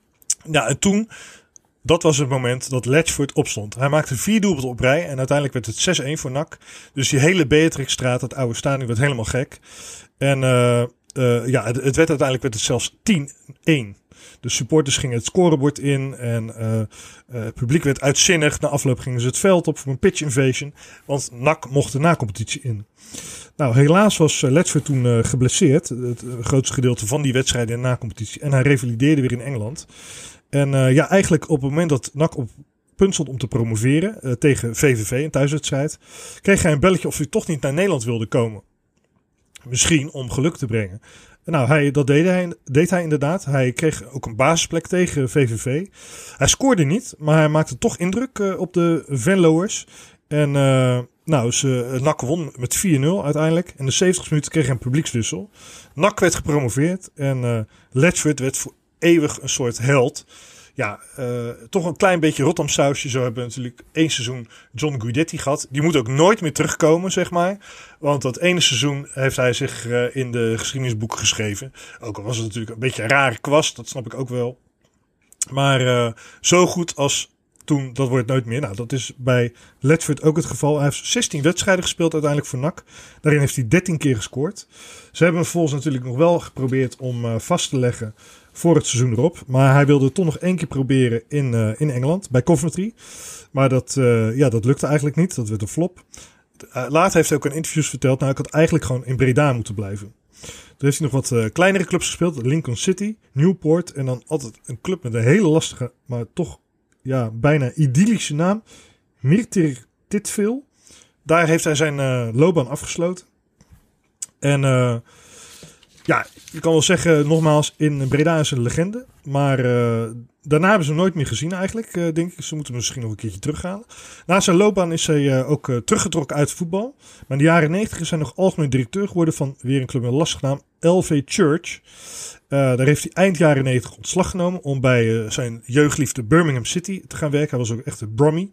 Ja, en toen, dat was het moment dat Ledgford opstond. Hij maakte vier doelpunten op rij. En uiteindelijk werd het zes-een voor N A C. Dus die hele Beatrixstraat, dat oude stadion, werd helemaal gek. En uh, uh, ja, het, het werd uiteindelijk werd het zelfs tien-een. De supporters gingen het scorebord in en uh, uh, het publiek werd uitzinnig. Na afloop gingen ze het veld op voor een pitch invasion, want N A C mocht de na-competitie in. Nou, helaas was uh, Ledford toen uh, geblesseerd, het uh, grootste gedeelte van die wedstrijden in de na-competitie. En hij revalideerde weer in Engeland. En uh, ja, eigenlijk op het moment dat N A C op punt stond om te promoveren uh, tegen V V V, een thuiswedstrijd, kreeg hij een belletje of hij toch niet naar Nederland wilde komen. Misschien om geluk te brengen. Nou, hij, dat deed hij, deed hij inderdaad. Hij kreeg ook een basisplek tegen V V V. Hij scoorde niet, maar hij maakte toch indruk uh, op de Venloers. En uh, nou, ze, N A C won met vier-nul uiteindelijk. En de zeventigste minuut kreeg hij een publiekswissel. N A C werd gepromoveerd en uh, Ledford werd voor eeuwig een soort held. Ja, uh, toch een klein beetje Rotterdam sausje. Zo hebben we natuurlijk één seizoen John Guidetti gehad. Die moet ook nooit meer terugkomen, zeg maar. Want dat ene seizoen heeft hij zich uh, in de geschiedenisboeken geschreven. Ook al was het natuurlijk een beetje een rare kwast, dat snap ik ook wel. Maar uh, zo goed als toen, dat wordt nooit meer. Nou, dat is bij Ledford ook het geval. Hij heeft zestien wedstrijden gespeeld uiteindelijk voor N A C. Daarin heeft hij dertien keer gescoord. Ze hebben hem vervolgens natuurlijk nog wel geprobeerd om uh, vast te leggen voor het seizoen erop. Maar hij wilde het toch nog één keer proberen in, uh, in Engeland, bij Coventry. Maar dat, uh, ja, dat lukte eigenlijk niet. Dat werd een flop. Uh, later heeft hij ook in interviews verteld, nou, ik had eigenlijk gewoon in Breda moeten blijven. Toen heeft hij nog wat uh, kleinere clubs gespeeld. Lincoln City, Newport en dan altijd een club met een hele lastige, maar toch ja, bijna idyllische naam. Merthyr Tydfil. Daar heeft hij zijn uh, loopbaan afgesloten. En uh, ja, je kan wel zeggen, nogmaals, in Breda is een legende. Maar uh, daarna hebben ze hem nooit meer gezien eigenlijk, uh, denk ik. Ze moeten hem misschien nog een keertje terughalen. Na zijn loopbaan is hij uh, ook uh, teruggetrokken uit voetbal. Maar in de jaren negentig is hij nog algemeen directeur geworden van weer een club met een lastige naam, L V Church. Uh, daar heeft hij eind jaren negentig ontslag genomen om bij uh, zijn jeugdliefde Birmingham City te gaan werken. Hij was ook echt een Brummy.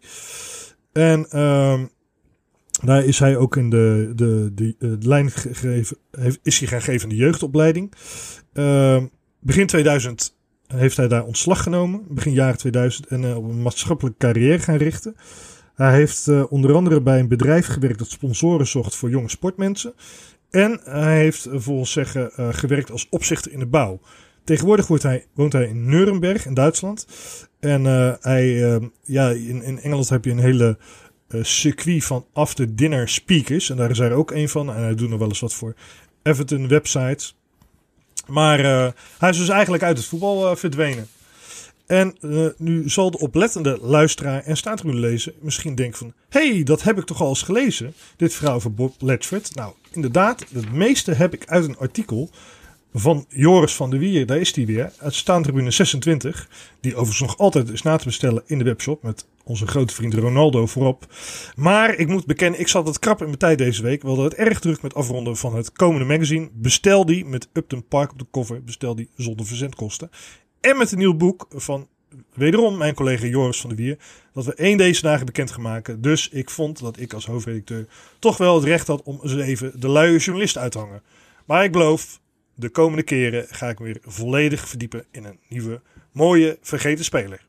En uh, daar is hij ook in de, de, de, de, de lijn gegeven, is hij gaan geven in de jeugdopleiding. Uh, begin tweeduizend heeft hij daar ontslag genomen. Begin jaren tweeduizend. En uh, op een maatschappelijke carrière gaan richten. Hij heeft uh, onder andere bij een bedrijf gewerkt dat sponsoren zocht voor jonge sportmensen. En hij heeft uh, volgens zeggen uh, gewerkt als opzichter in de bouw. Tegenwoordig wordt hij, woont hij in Nuremberg in Duitsland. En uh, hij, uh, ja, in, in Engeland heb je een hele uh, circuit van after dinner speakers. En daar is hij er ook een van. En hij doet nog wel eens wat voor Everton websites. Maar uh, hij is dus eigenlijk uit het voetbal uh, verdwenen. En uh, nu zal de oplettende luisteraar en staantribune lezer misschien denken van, hé, hey, dat heb ik toch al eens gelezen, dit verhaal van Bob Ledford. Nou, inderdaad, het meeste heb ik uit een artikel van Joris van der Wier, daar is die weer, uit staantribune zesentwintig, die overigens nog altijd is na te bestellen in de webshop, met onze grote vriend Ronaldo voorop. Maar ik moet bekennen, ik zat wat krap in mijn tijd deze week. We hadden het erg druk met afronden van het komende magazine. Bestel die met Upton Park op de cover, bestel die zonder verzendkosten. En met een nieuw boek van wederom mijn collega Joris van der Wier, dat we één deze dagen bekend gaan maken. Dus ik vond dat ik als hoofdredacteur toch wel het recht had om eens even de luie journalist uit te hangen. Maar ik beloof, de komende keren ga ik weer volledig verdiepen in een nieuwe, mooie, vergeten speler.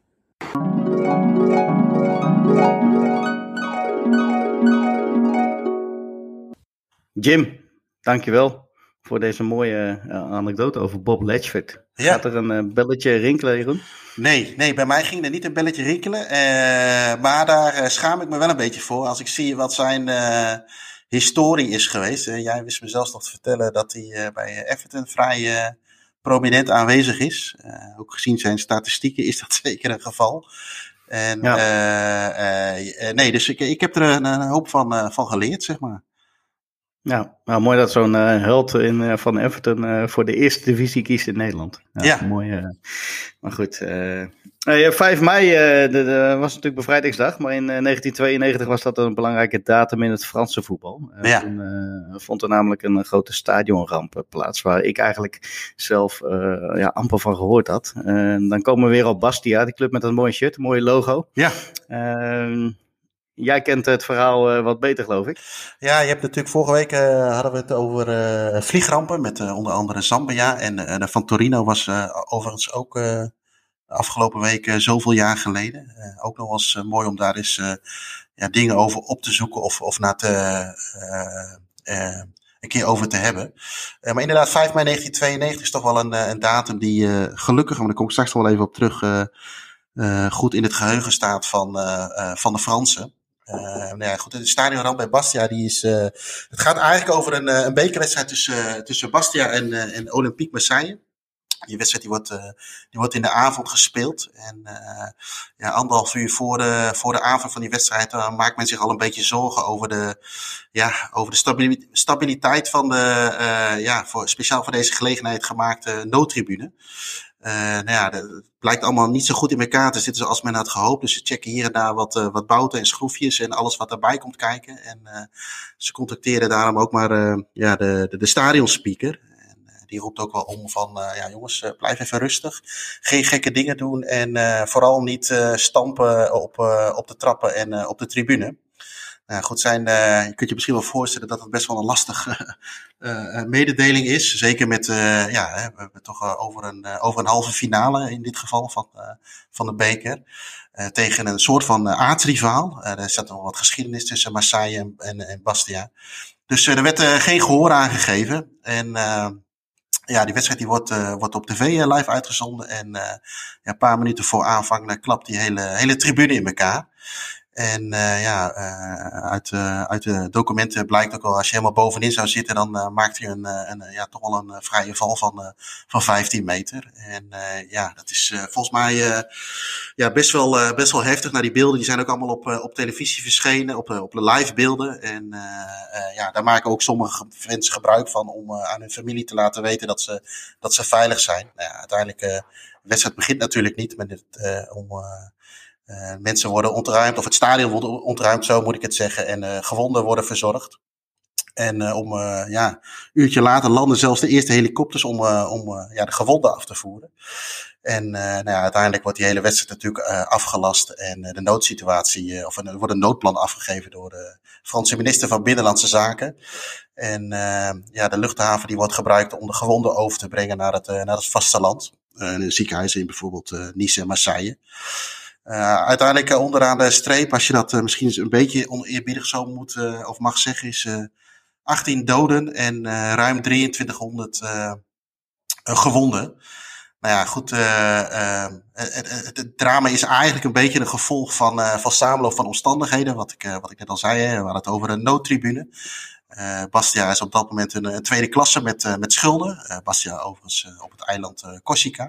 Jim, dankjewel voor deze mooie uh, anekdote over Bob Ledford. Ja. Gaat er een uh, belletje rinkelen, Jeroen? Nee, nee, bij mij ging er niet een belletje rinkelen. Uh, maar daar uh, schaam ik me wel een beetje voor. Als ik zie wat zijn uh, historie is geweest. Uh, jij wist me zelfs nog te vertellen dat hij uh, bij Everton vrij uh, prominent aanwezig is. Uh, ook gezien zijn statistieken is dat zeker een geval. En, ja. uh, uh, uh, nee, dus ik, ik heb er een, een hoop van, uh, van geleerd, zeg maar. Nou, nou mooi dat zo'n uh, held in, uh, van Everton uh, voor de eerste divisie kiest in Nederland. Ja, ja. Mooi. Uh, maar goed. Uh, uh, vijf mei uh, de, de, was natuurlijk bevrijdingsdag. Maar in uh, negentien tweeënnegentig was dat een belangrijke datum in het Franse voetbal. Uh, ja. Toen uh, vond er namelijk een grote stadionramp plaats. Waar ik eigenlijk zelf uh, ja, amper van gehoord had. Uh, dan komen we weer op Bastia. Die club met dat mooie shirt. Een mooie logo. Ja. Uh, Jij kent het verhaal uh, wat beter, geloof ik. Ja, je hebt natuurlijk vorige week uh, hadden we het over uh, vliegrampen met uh, onder andere Zambia. En uh, de van Torino was uh, overigens ook uh, afgelopen week uh, zoveel jaar geleden. Uh, ook nog eens uh, mooi om daar eens uh, ja, dingen over op te zoeken of, of naar te, uh, uh, een keer over te hebben. Uh, maar inderdaad, vijf mei negentien tweeënnegentig is toch wel een, een datum die uh, gelukkig, maar daar kom ik straks nog wel even op terug, uh, uh, goed in het geheugen staat van, uh, uh, van de Fransen. Uh, nou ja, goed, het stadionramp bij Bastia, die is, uh, het gaat eigenlijk over een, een bekerwedstrijd tussen, uh, tussen Bastia en, uh, en Olympique Marseille. Die wedstrijd die wordt, uh, die wordt in de avond gespeeld. En uh, ja, anderhalf uur voor de, voor de avond van die wedstrijd uh, maakt men zich al een beetje zorgen over de, ja, over de stabiliteit, stabiliteit van de, uh, ja, voor, speciaal voor deze gelegenheid gemaakte noodtribune. Uh, nou ja, het blijkt allemaal niet zo goed in elkaar te zitten zoals men had gehoopt. Dus ze checken hier en daar wat, uh, wat bouten en schroefjes en alles wat daarbij komt kijken. En uh, ze contacteren daarom ook maar uh, ja, de, de, de stadionspeaker. En uh, die roept ook wel om van, uh, ja jongens, uh, blijf even rustig. Geen gekke dingen doen en uh, vooral niet uh, stampen op, uh, op de trappen en uh, op de tribune. Nou goed, zijn, uh, je kunt je misschien wel voorstellen dat het best wel een lastige uh, mededeling is. Zeker met, uh, ja, hè, we hebben toch uh, over, een, uh, over een halve finale in dit geval van, uh, van de beker. Uh, tegen een soort van uh, aardsrivaal. Uh, er zat nog wat geschiedenis tussen Marseille en, en, en Bastia. Dus uh, er werd uh, geen gehoor aangegeven. En uh, ja, die wedstrijd die wordt, uh, wordt op tv uh, live uitgezonden. En uh, ja, een paar minuten voor aanvang uh, klapt die hele, hele tribune in elkaar. En uh, ja, uh, uit, uh, uit de documenten blijkt ook al, als je helemaal bovenin zou zitten, dan uh, maakt hij een, een, een, ja, toch wel een uh, vrije val van, uh, van vijftien meter. En uh, ja, dat is uh, volgens mij uh, ja, best, wel, uh, best wel heftig. Nou, die beelden die zijn ook allemaal op, uh, op televisie verschenen, op, uh, op de live beelden. En uh, uh, ja, daar maken ook sommige fans gebruik van om uh, aan hun familie te laten weten dat ze, dat ze veilig zijn. Nou ja, uiteindelijk, uh, de wedstrijd begint natuurlijk niet met het, uh, om... Uh, Uh, mensen worden ontruimd, of het stadion wordt ontruimd, zo moet ik het zeggen. En uh, gewonden worden verzorgd. En uh, om uh, ja, een uurtje later landen zelfs de eerste helikopters om, uh, om uh, ja, de gewonden af te voeren. En uh, nou ja, uiteindelijk wordt die hele wedstrijd natuurlijk uh, afgelast. En uh, de noodsituatie, uh, of er wordt een noodplan afgegeven door de Franse minister van Binnenlandse Zaken. En uh, ja, de luchthaven die wordt gebruikt om de gewonden over te brengen naar het, uh, naar het vasteland. Uh, de ziekenhuizen in bijvoorbeeld uh, Nice en Marseille. Uh, uiteindelijk uh, onderaan de streep, als je dat uh, misschien een beetje oneerbiedig zo moet uh, of mag zeggen, is uh, achttien doden en uh, ruim drieëntwintighonderd uh, uh, gewonden. Nou ja, goed, uh, uh, het, het, het drama is eigenlijk een beetje een gevolg van, uh, van samenloop van omstandigheden, wat ik, uh, wat ik net al zei, hè, we hadden het over een noodtribune. Uh, Bastia is op dat moment een, een tweede klasse met, uh, met schulden. Uh, Bastia overigens uh, op het eiland uh, Corsica.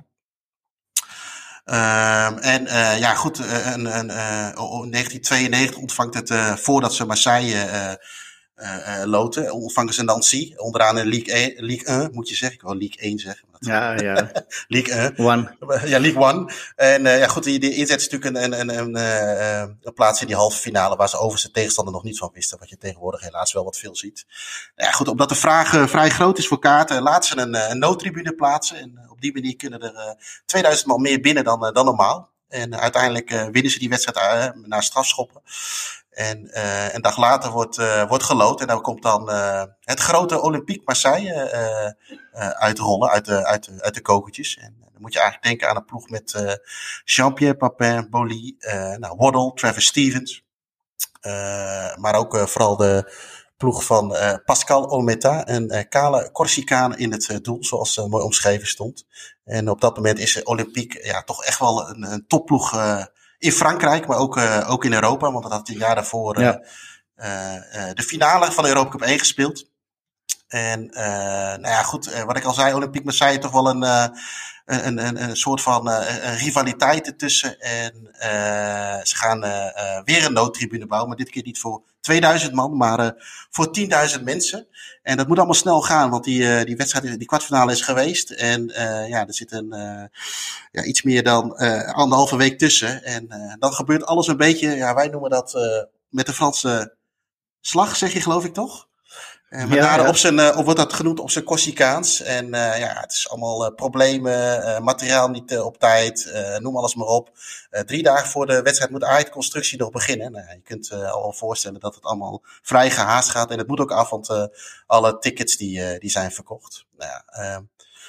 Um, en uh, ja, goed, uh, een, een, uh, in negentien tweeënnegentig ontvangt het, uh, voordat ze Marseille uh, uh, uh, loten, ontvangen ze Nancy, onderaan in Ligue één, Ligue één, moet je zeggen. Ik wil Ligue één zeggen. Ja, ja. Ligue één. One. Ja, Ligue één. En uh, ja, goed, die, die inzet is natuurlijk een, een, een, een, een plaats in die halve finale, waar ze over zijn tegenstander nog niet van wisten, wat je tegenwoordig helaas wel wat veel ziet. Nou ja, goed, omdat de vraag uh, vrij groot is voor kaarten, laten ze een, een noodtribune plaatsen. En uh, op die manier kunnen er uh, tweeduizend man meer binnen dan, uh, dan normaal. En uh, uiteindelijk uh, winnen ze die wedstrijd uh, naar strafschoppen. En uh, een dag later wordt, uh, wordt geloot. En dan komt dan uh, het grote Olympique Marseille uh, uh, uitrollen uit de, uit, de, uit de kokertjes. En uh, dan moet je eigenlijk denken aan een ploeg met uh, Jean-Pierre Papin, Boly, uh, nou, Waddle, Travis Stevens. Uh, maar ook uh, vooral de ploeg van uh, Pascal Olmeta, een uh, kale Corsicaan in het uh, doel, zoals uh, mooi omschreven stond. En op dat moment is Olympique ja, toch echt wel een, een topploeg uh, in Frankrijk, maar ook, uh, ook in Europa. Want dat had een jaar daarvoor uh, ja. uh, uh, de finale van de Europa Cup één gespeeld. En uh, nou ja, goed, uh, wat ik al zei, Olympique Marseille toch wel een, uh, een, een, een soort van uh, een rivaliteit ertussen. En uh, ze gaan uh, uh, weer een noodtribune bouwen, maar dit keer niet voor tweeduizend man, maar uh, voor tienduizend mensen. En dat moet allemaal snel gaan, want die, uh, die wedstrijd, die kwartfinale is geweest. En uh, ja, er zit een, uh, ja, iets meer dan uh, anderhalve week tussen. En uh, dan gebeurt alles een beetje, ja, wij noemen dat uh, met de Franse slag, zeg je geloof ik toch? Uh, met ja, name ja. op zijn, uh, op wordt dat genoemd op zijn Corsicaans. En uh, ja, het is allemaal uh, problemen, uh, materiaal niet uh, op tijd, uh, noem alles maar op. Uh, drie dagen voor de wedstrijd moet de constructie nog beginnen. Nou, je kunt uh, al wel voorstellen dat het allemaal vrij gehaast gaat. En het moet ook af, want uh, alle tickets die, uh, die zijn verkocht. Nou ja, uh,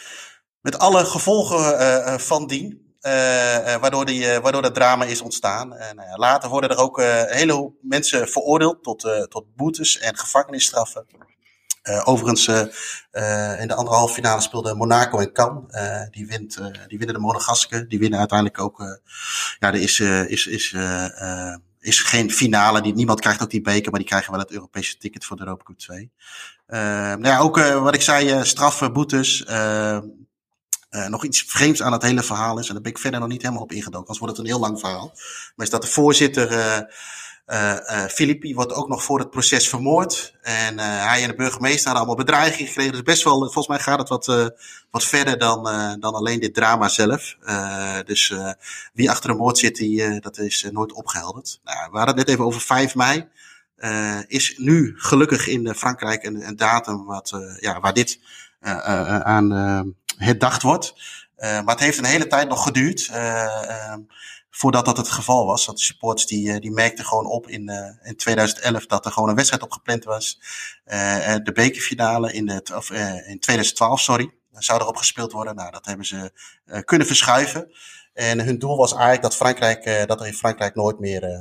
met alle gevolgen uh, van dien. Uh, uh, waardoor, die, uh, waardoor dat drama is ontstaan. Uh, nou ja, later worden er ook uh, een hele hoop mensen veroordeeld tot, uh, tot boetes en gevangenisstraffen. Uh, overigens, uh, uh, in de anderhalve finale speelden Monaco en Cannes. Uh, die, wint, uh, die winnen de Monegasken. Die winnen uiteindelijk ook. Uh, ja, er is, uh, is, is, uh, uh, is geen finale. Die, niemand krijgt ook die beker, maar die krijgen wel het Europese ticket voor de Europa Cup twee. Uh, nou ja, ook uh, wat ik zei, uh, straffen, boetes. Uh, Uh, nog iets vreemds aan het hele verhaal is, en daar ben ik verder nog niet helemaal op ingedoken, anders wordt het een heel lang verhaal. Maar is dat de voorzitter, uh, uh, uh, Filippi, wordt ook nog voor het proces vermoord. En uh, hij en de burgemeester hadden allemaal bedreigingen gekregen. Dus best wel, volgens mij gaat het wat, uh, wat verder dan, uh, dan alleen dit drama zelf. Uh, dus uh, wie achter de moord zit, die, uh, dat is uh, nooit opgehelderd. Nou, we hadden het net even over vijf mei. Uh, is nu gelukkig in uh, Frankrijk een, een datum wat, uh, ja, waar dit uh, uh, aan uh, herdacht wordt. Uh, maar het heeft een hele tijd nog geduurd uh, uh, voordat dat het geval was. Want de supporters die, uh, die merkten gewoon op in, uh, in tweeduizend elf dat er gewoon een wedstrijd op gepland was. Uh, de bekerfinale in, de, of, uh, in tweeduizend twaalf, sorry, zou erop gespeeld worden. Nou, dat hebben ze uh, kunnen verschuiven. En hun doel was eigenlijk dat Frankrijk, uh, dat er in Frankrijk nooit meer uh,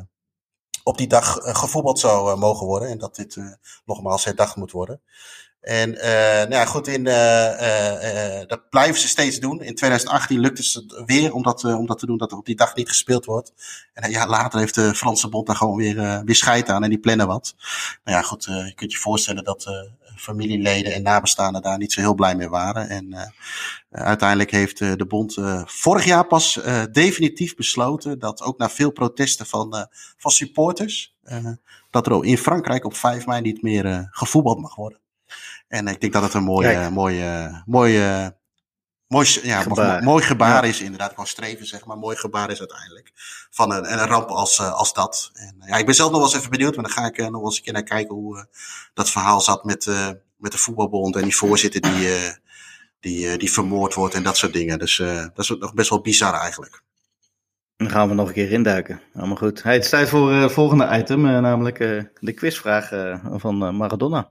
op die dag uh, gevoetbald zou uh, mogen worden. En dat dit uh, nogmaals herdacht moet worden. En uh, nou ja, goed, in, uh, uh, uh, dat blijven ze steeds doen. In tweeduizend achttien lukte het weer om dat, uh, om dat te doen, dat er op die dag niet gespeeld wordt. En een jaar later heeft de Franse bond daar gewoon weer, uh, weer scheid aan en die plannen wat. Nou ja, goed, uh, je kunt je voorstellen dat uh, familieleden en nabestaanden daar niet zo heel blij mee waren. En uh, uh, uiteindelijk heeft uh, de bond uh, vorig jaar pas uh, definitief besloten dat ook na veel protesten van, uh, van supporters, uh, dat er in Frankrijk op vijf mei niet meer uh, gevoetbald mag worden. En ik denk dat het een mooi, uh, mooi, uh, mooi, uh, mooi, ja, gebaar. mooi gebaar ja. is. Inderdaad, ik wou streven zeg maar. Mooi gebaar is uiteindelijk. Van een, een ramp als, uh, als dat. En, uh, ja, ik ben zelf nog wel eens even benieuwd. Maar dan ga ik uh, nog wel eens een keer naar kijken hoe uh, dat verhaal zat met, uh, met de voetbalbond. En die voorzitter die, uh, die, uh, die vermoord wordt en dat soort dingen. Dus uh, dat is nog best wel bizar eigenlijk. Dan gaan we nog een keer induiken. Allemaal goed. Hey, het is tijd voor het uh, volgende item. Uh, namelijk uh, de quizvraag uh, van uh, Maradona.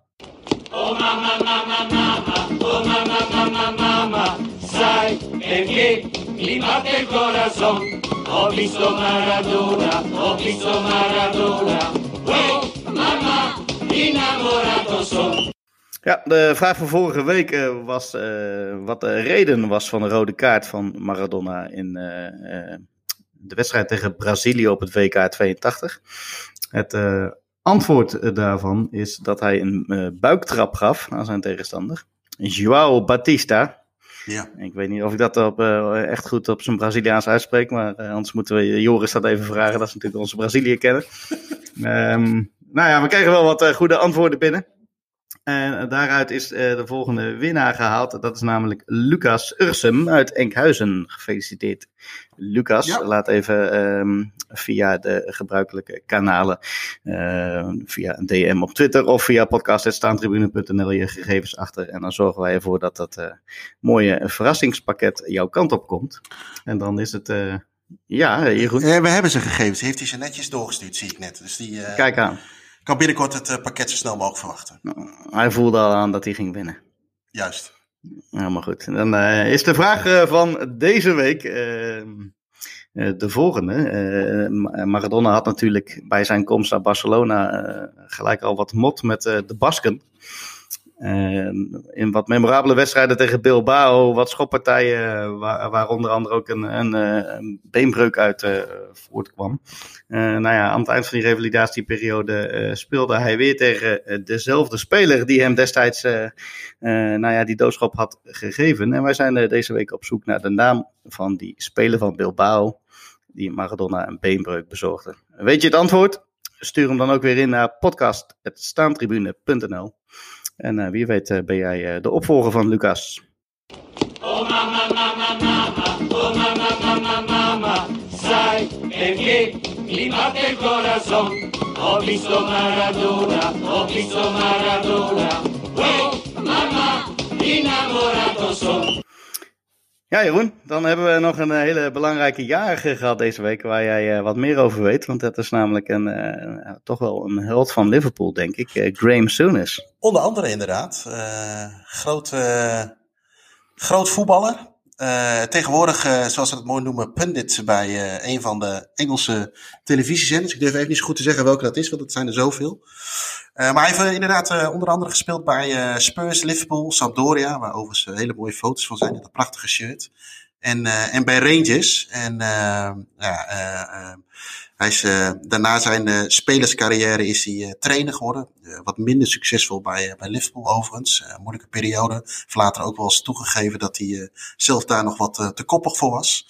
Oh mama, mama, mama, oh mama, mama, mama, sai perché mi batte il corazon. Ho visto Maradona, ho visto Maradona, oh mama, innamorato son. Ja, de vraag van vorige week uh, was uh, wat de reden was van de rode kaart van Maradona in uh, uh, de wedstrijd tegen Brazilië op het W K tweeëntachtig. Het uh, antwoord daarvan is dat hij een uh, buiktrap gaf aan zijn tegenstander, João Batista. Ja. Ik weet niet of ik dat op, uh, echt goed op zijn Braziliaans uitspreek, maar uh, anders moeten we Joris dat even vragen. Dat is natuurlijk onze Brazilië kennen. um, nou ja, we kregen wel wat uh, goede antwoorden binnen. En daaruit is uh, de volgende winnaar gehaald. Dat is namelijk Lucas Ursum uit Enkhuizen. Gefeliciteerd, Lucas. Ja. Laat even um, via de gebruikelijke kanalen, uh, via een D M op Twitter of via podcast punt staantribune punt n l je gegevens achter. En dan zorgen wij ervoor dat dat uh, mooie verrassingspakket jouw kant op komt. En dan is het... Uh, ja, Jeroen. Ja, we hebben zijn gegevens. Heeft hij ze netjes doorgestuurd, zie ik net. Dus die... Uh... Kijk aan. Ik kan binnenkort het uh, pakket zo snel mogelijk verwachten. Nou, hij voelde al aan dat hij ging winnen. Juist. Helemaal goed. Dan uh, is de vraag uh, van deze week uh, uh, de volgende. Uh, Maradona had natuurlijk bij zijn komst naar Barcelona uh, gelijk al wat mot met uh, de Basken. Uh, in wat memorabele wedstrijden tegen Bilbao, wat schoppartijen, waar, waar onder andere ook een, een, een beenbreuk uit uh, voortkwam. Uh, nou ja, aan het eind van die revalidatieperiode uh, speelde hij weer tegen uh, dezelfde speler die hem destijds uh, uh, nou ja, die doodschop had gegeven. En wij zijn uh, deze week op zoek naar de naam van die speler van Bilbao die Maradona een beenbreuk bezorgde. Weet je het antwoord? Stuur hem dan ook weer in naar podcast punt staantribune punt n l. En uh, wie weet uh, ben jij uh, de opvolger van Lucas. Oh mama, mama, mama, oh mama, mama, mama, sai perché mi batte il corazon. Ho visto Maradona, ho visto Maradona, oh mama, innamorato son. Ja, Jeroen, dan hebben we nog een hele belangrijke jarige gehad deze week waar jij uh, wat meer over weet. Want dat is namelijk een, uh, toch wel een held van Liverpool, denk ik. Uh, Graham Souness. Onder andere inderdaad. Uh, groot, uh, groot voetballer. Uh, tegenwoordig, uh, zoals ze het mooi noemen, pundit bij uh, een van de Engelse televisiezenders. Ik durf even niet zo goed te zeggen welke dat is, want het zijn er zoveel. Uh, maar hij heeft uh, inderdaad uh, onder andere gespeeld bij uh, Spurs, Liverpool, Sampdoria, waar overigens uh, hele mooie foto's van zijn in dat prachtige shirt. En, uh, en bij Rangers. En uh, ja, uh, uh, hij is, uh, daarna zijn uh, spelerscarrière is hij uh, trainer geworden. Uh, wat minder succesvol bij, uh, bij Liverpool overigens. Uh, moeilijke periode. Heeft later ook wel eens toegegeven dat hij uh, zelf daar nog wat uh, te koppig voor was.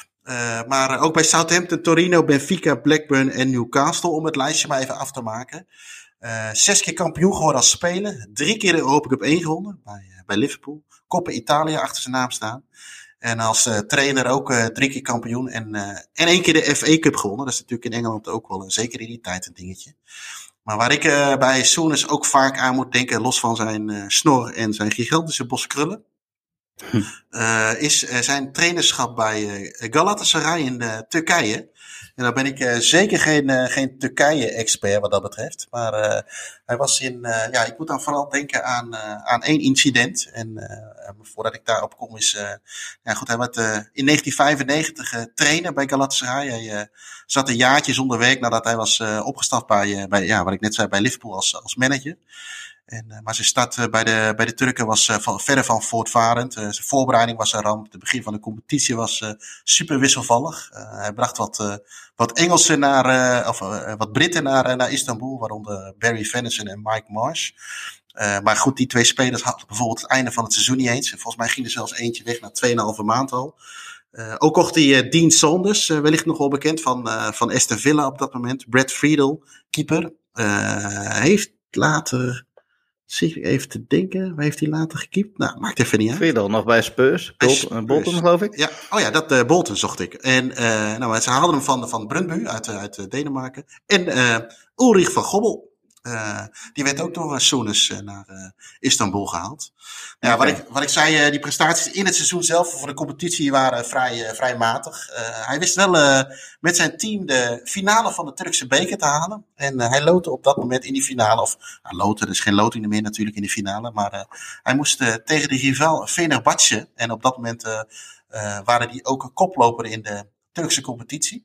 Uh, maar uh, ook bij Southampton, Torino, Benfica, Blackburn en Newcastle, om het lijstje maar even af te maken. Uh, zes keer kampioen geworden als speler. Drie keer de Europa Cup één gewonnen bij, uh, bij Liverpool. Copa Italia achter zijn naam staan. En als uh, trainer ook uh, drie keer kampioen. En, uh, en één keer de F A Cup gewonnen. Dat is natuurlijk in Engeland ook wel, uh, zeker in die tijd, een dingetje. Maar waar ik uh, bij Souness ook vaak aan moet denken, los van zijn uh, snor en zijn gigantische bos krullen, hm. uh, is uh, zijn trainerschap bij uh, Galatasaray in uh, Turkije. En dan ben ik uh, zeker geen, uh, geen Turkije-expert wat dat betreft. Maar uh, hij was in, uh, ja, ik moet dan vooral denken aan, uh, aan één incident. En uh, voordat ik daarop kom is, uh, ja goed, hij werd uh, in negentien vijfennegentig uh, trainer bij Galatasaray. Hij uh, zat een jaartje zonder werk nadat hij was uh, opgestapt bij, uh, bij, ja, wat ik net zei, bij Liverpool als, als manager. En, uh, maar zijn start uh, bij, de, bij de Turken was uh, van, verre van voortvarend. Uh, zijn voorbereiding was een ramp. Het begin van de competitie was uh, super wisselvallig. Uh, hij bracht wat, uh, wat Engelsen naar, uh, of uh, wat Britten naar, uh, naar Istanbul, waaronder Barry Venison en Mike Marsh. Uh, maar goed, die twee spelers hadden bijvoorbeeld het einde van het seizoen niet eens. Volgens mij ging er zelfs eentje weg na tweeënhalve maand al. Uh, ook kocht hij uh, Dean Saunders, uh, wellicht nog wel bekend van, uh, van Aston Villa op dat moment. Brad Friedel, keeper. Uh, heeft later... Zie ik even te denken. Waar heeft hij later gekiept? Nou, maakt even niet uit. Friedel nog bij Spurs. Bolton, uh, Bolton geloof ik. Ja, oh ja, dat uh, Bolton zocht ik. En uh, nou, ze haalden hem van, van Brøndby uit, uit uh, Denemarken. En uh, Ulrich van Gobbel. Uh, die werd ook door uh, Souness uh, naar uh, Istanbul gehaald. Ja, okay. wat, ik, wat ik zei, uh, die prestaties in het seizoen zelf voor de competitie waren vrij, uh, vrij matig. Uh, hij wist wel uh, met zijn team de finale van de Turkse beker te halen. En uh, hij loodde op dat moment in die finale. Of uh, loodde, er is geen loting meer natuurlijk in die finale. Maar uh, hij moest uh, tegen de rival Fenerbahçe. En op dat moment uh, uh, waren die ook een koploper in de Turkse competitie.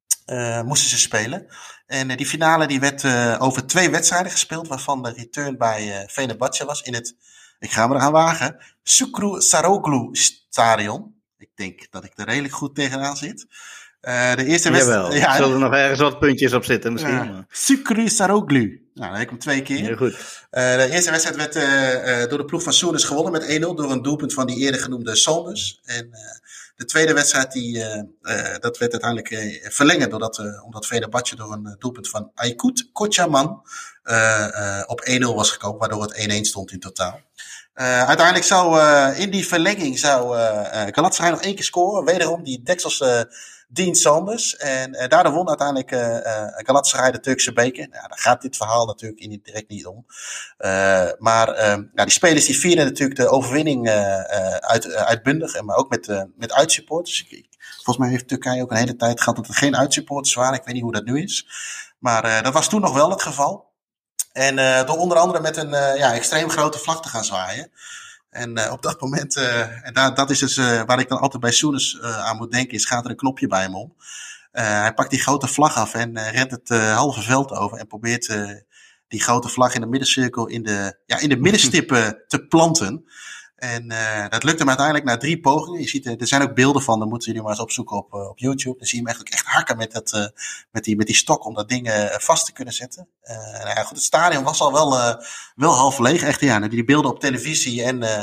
Uh, moesten ze spelen. En uh, die finale die werd uh, over twee wedstrijden gespeeld, waarvan de return bij uh, Fenerbahçe was in het, ik ga me eraan wagen, Şükrü Saracoğlu Stadion. Ik denk dat ik er redelijk goed tegenaan zit. Uh, de eerste wedstrijd. Ja, zullen er nog ergens wat puntjes op zitten misschien? Uh, Şükrü Saracoğlu. Nou, dan heb ik hem twee keer. Heel goed. Uh, de eerste wedstrijd werd uh, uh, door de ploeg van Souness gewonnen met één nul door een doelpunt van die eerder genoemde Saunders. En uh, de tweede wedstrijd die, uh, uh, dat werd uiteindelijk uh, verlengen doordat, uh, omdat Fenerbahçe door een uh, doelpunt van Aykut Kocaman uh, uh, op één nul was gekomen, waardoor het één één stond in totaal. Uh, uiteindelijk zou uh, in die verlenging zou uh, uh, Galatasaray nog één keer scoren. Wederom die Dekselse uh, Dean Saunders. En uh, daardoor won uiteindelijk uh, uh, Galatasaray de Turkse beker. Nou, daar gaat dit verhaal natuurlijk in direct niet om. Uh, maar uh, nou, die spelers die vieren natuurlijk de overwinning uh, uh, uit, uh, uitbundig. Maar ook met, uh, met uitsupporters. Ik, ik, volgens mij heeft Turkije ook een hele tijd gehad dat er geen uitsupporters waren. Ik weet niet hoe dat nu is. Maar uh, dat was toen nog wel het geval. En uh, door onder andere met een uh, ja, extreem grote vlag te gaan zwaaien. En uh, op dat moment, uh, en da- dat is dus uh, waar ik dan altijd bij Souness uh, aan moet denken, is gaat er een knopje bij hem om. Uh, hij pakt die grote vlag af en uh, rent het uh, halve veld over en probeert uh, die grote vlag in de middencirkel in de, ja, in de middenstip uh, te planten. En uh, dat lukte hem uiteindelijk na drie pogingen. Je ziet, er zijn ook beelden van, dan moeten jullie maar eens opzoeken op, uh, op YouTube. Dan zie je hem echt, echt hakken met, dat, uh, met, die, met die stok om dat ding uh, vast te kunnen zetten. Uh, nou ja, goed, het stadion was al wel, uh, wel half leeg. Echt, ja, die beelden op televisie en, uh,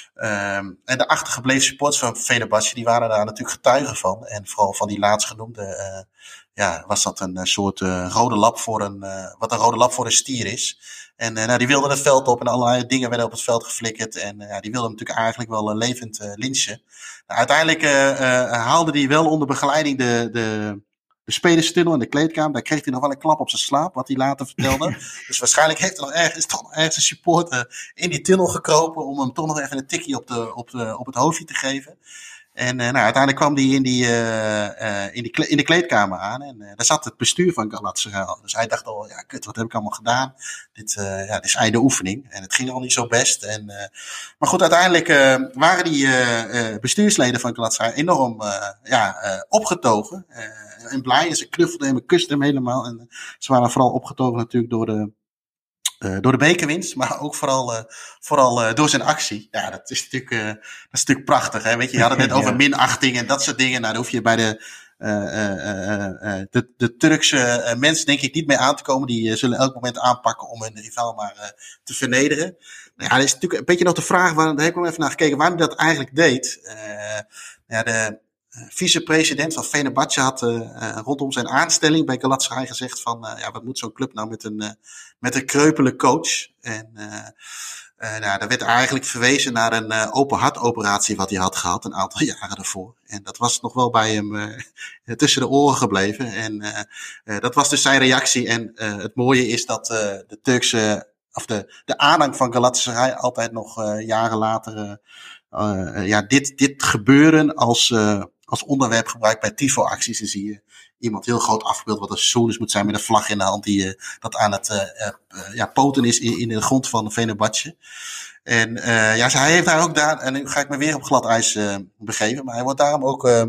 um, en de achtergebleven supporters van Fenerbahce, die waren daar natuurlijk getuigen van. En vooral van die laatstgenoemde, uh, ja, was dat een uh, soort uh, rode lap voor een, uh, wat een rode lap voor een stier is. En uh, nou, die wilden het veld op en allerlei dingen werden op het veld geflikkerd. En uh, die wilden hem natuurlijk eigenlijk wel uh, levend uh, lynchen. Nou, uiteindelijk uh, uh, haalde hij wel onder begeleiding de, de, de spelerstunnel en de kleedkamer. Daar kreeg hij nog wel een klap op zijn slaap, wat hij later vertelde. Dus waarschijnlijk heeft er nog ergens, toch nog ergens een supporter in die tunnel gekropen om hem toch nog even een tikje op, de, op, de, op het hoofdje te geven. En uh, nou, uiteindelijk kwam hij in, die, uh, uh, in, die kle- in de kleedkamer aan. En uh, daar zat het bestuur van Galatasaray. Dus hij dacht al, ja kut, wat heb ik allemaal gedaan? Dit, uh, ja, dit is einde oefening. En het ging al niet zo best. En, uh, maar goed, uiteindelijk uh, waren die uh, uh, bestuursleden van Galatasaray enorm uh, ja, uh, opgetogen. Uh, en blij. En ze knuffelden hem en kusten hem helemaal. En uh, ze waren vooral opgetogen natuurlijk door de... Uh, door de bekerwinst, maar ook vooral, uh, vooral uh, door zijn actie. Ja, dat is natuurlijk, uh, dat is natuurlijk prachtig. Hè? Weet je, je had het net ja. over minachting en dat soort dingen. Nou, daar hoef je bij de, uh, uh, uh, de, de Turkse uh, mensen denk ik niet mee aan te komen. Die uh, zullen elk moment aanpakken om hun rivaal maar uh, te vernederen. Nou ja, dat is natuurlijk een beetje nog de vraag, waar, daar heb ik nog even naar gekeken, waarom hij dat eigenlijk deed. Uh, ja, de Uh, vicepresident van Fenerbahce had uh, uh, rondom zijn aanstelling bij Galatasaray gezegd van, uh, ja, wat moet zo'n club nou met een, uh, met een kreupele coach? En uh, uh, nou, daar werd eigenlijk verwezen naar een uh, open hartoperatie wat hij had gehad een aantal jaren daarvoor. En dat was nog wel bij hem uh, tussen de oren gebleven. En uh, uh, dat was dus zijn reactie. En uh, het mooie is dat uh, de Turkse, of de, de aanhang van Galatasaray altijd nog uh, jaren later uh, uh, ja, dit, dit gebeuren als uh, als onderwerp gebruikt bij tifo-acties. Dan zie je iemand heel groot afgebeeld wat een Soenus moet zijn met een vlag in de hand die uh, dat aan het uh, uh, ja, poten is in, in de grond van Fenerbahce. En uh, ja, hij heeft daar ook daar, en nu ga ik me weer op glad ijs uh, begeven, maar hij wordt daarom ook uh,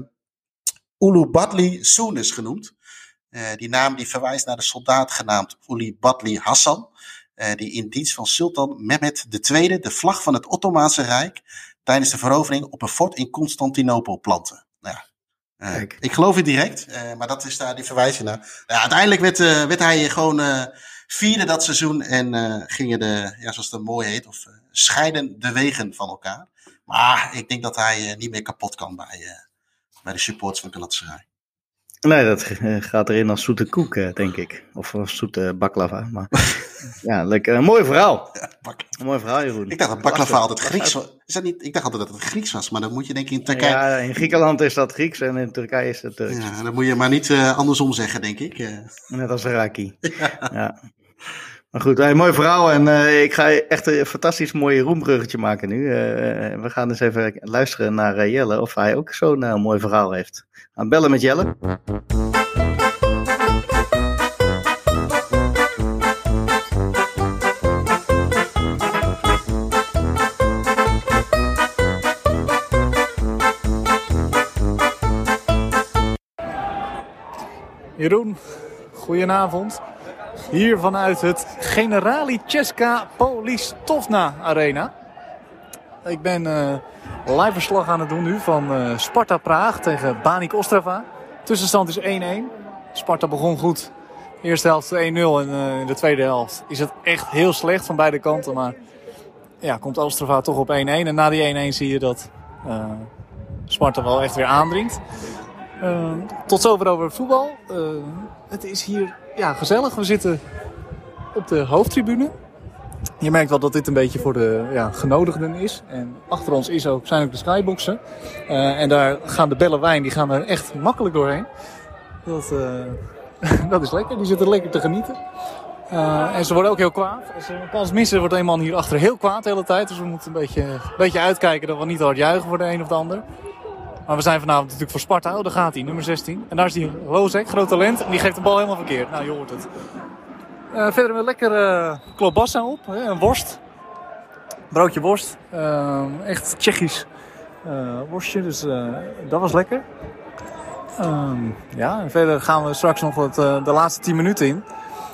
Ulubatli Soenus genoemd. Uh, die naam die verwijst naar de soldaat genaamd Ulubatli Hassan, uh, die in dienst van Sultan Mehmed de Tweede de vlag van het Ottomaanse Rijk tijdens de verovering op een fort in Constantinopel plantte. Nou ja, uh, ik geloof het direct, uh, maar dat is daar die verwijzing naar. Nou, uiteindelijk werd, uh, werd hij gewoon uh, vierde dat seizoen en uh, gingen de, ja, zoals het mooi heet, of uh, scheiden de wegen van elkaar. Maar ik denk dat hij uh, niet meer kapot kan bij, uh, bij de supporters van Galatasaray. Nee, dat gaat erin als zoete koek, denk ik. Of als zoete baklava. Maar ja, lekker. Een mooi verhaal. Ja, een mooi verhaal, Jeroen. Ik dacht dat baklava altijd Grieks was. Is dat niet? Ik dacht altijd dat het Grieks was, maar dan moet je denk ik in Turkije... Ja, in Griekenland is dat Grieks en in Turkije is het Turks. Ja, dan moet je maar niet uh, andersom zeggen, denk ik. Uh. Net als Raki. Ja. Ja. Maar goed, een mooi verhaal en uh, ik ga echt een fantastisch mooi roembruggetje maken nu. Uh, we gaan eens even luisteren naar uh, Jelle of hij ook zo'n uh, mooi verhaal heeft. Aan bellen met Jelle. Jeroen, goedenavond. Hier vanuit het Generali Ceska Polistovna Arena. Ik ben uh, live verslag aan het doen nu van uh, Sparta Praag tegen Baník Ostrava. Tussenstand is één-één. Sparta begon goed. De eerste helft één nul en uh, in de tweede helft is het echt heel slecht van beide kanten. Maar ja, komt Ostrava toch op één-één. En na die één-één zie je dat uh, Sparta wel echt weer aandringt. Uh, tot zover over het voetbal. Uh, het is hier ja, gezellig. We zitten op de hoofdtribune. Je merkt wel dat dit een beetje voor de ja, genodigden is. En achter ons is ook, zijn ook de skyboxen. Uh, en daar gaan de bellen wijn, die gaan er echt makkelijk doorheen. Dat, uh, dat is lekker. Die zitten lekker te genieten. Uh, en ze worden ook heel kwaad. Als ze een kans missen, wordt een man hier achter heel kwaad de hele tijd. Dus we moeten een beetje, een beetje uitkijken dat we niet hard juichen voor de een of de ander. Maar we zijn vanavond natuurlijk voor Sparta. Oh, daar gaat hij, nummer zestien. En daar is die Lozek, groot talent. En die geeft de bal helemaal verkeerd. Nou, je hoort het. Uh, verder een lekker uh, klobassa op. Hè? Een worst. Broodje worst. Uh, echt Tsjechisch uh, worstje. Dus uh, dat was lekker. Uh, ja, en verder gaan we straks nog wat, uh, de laatste tien minuten in.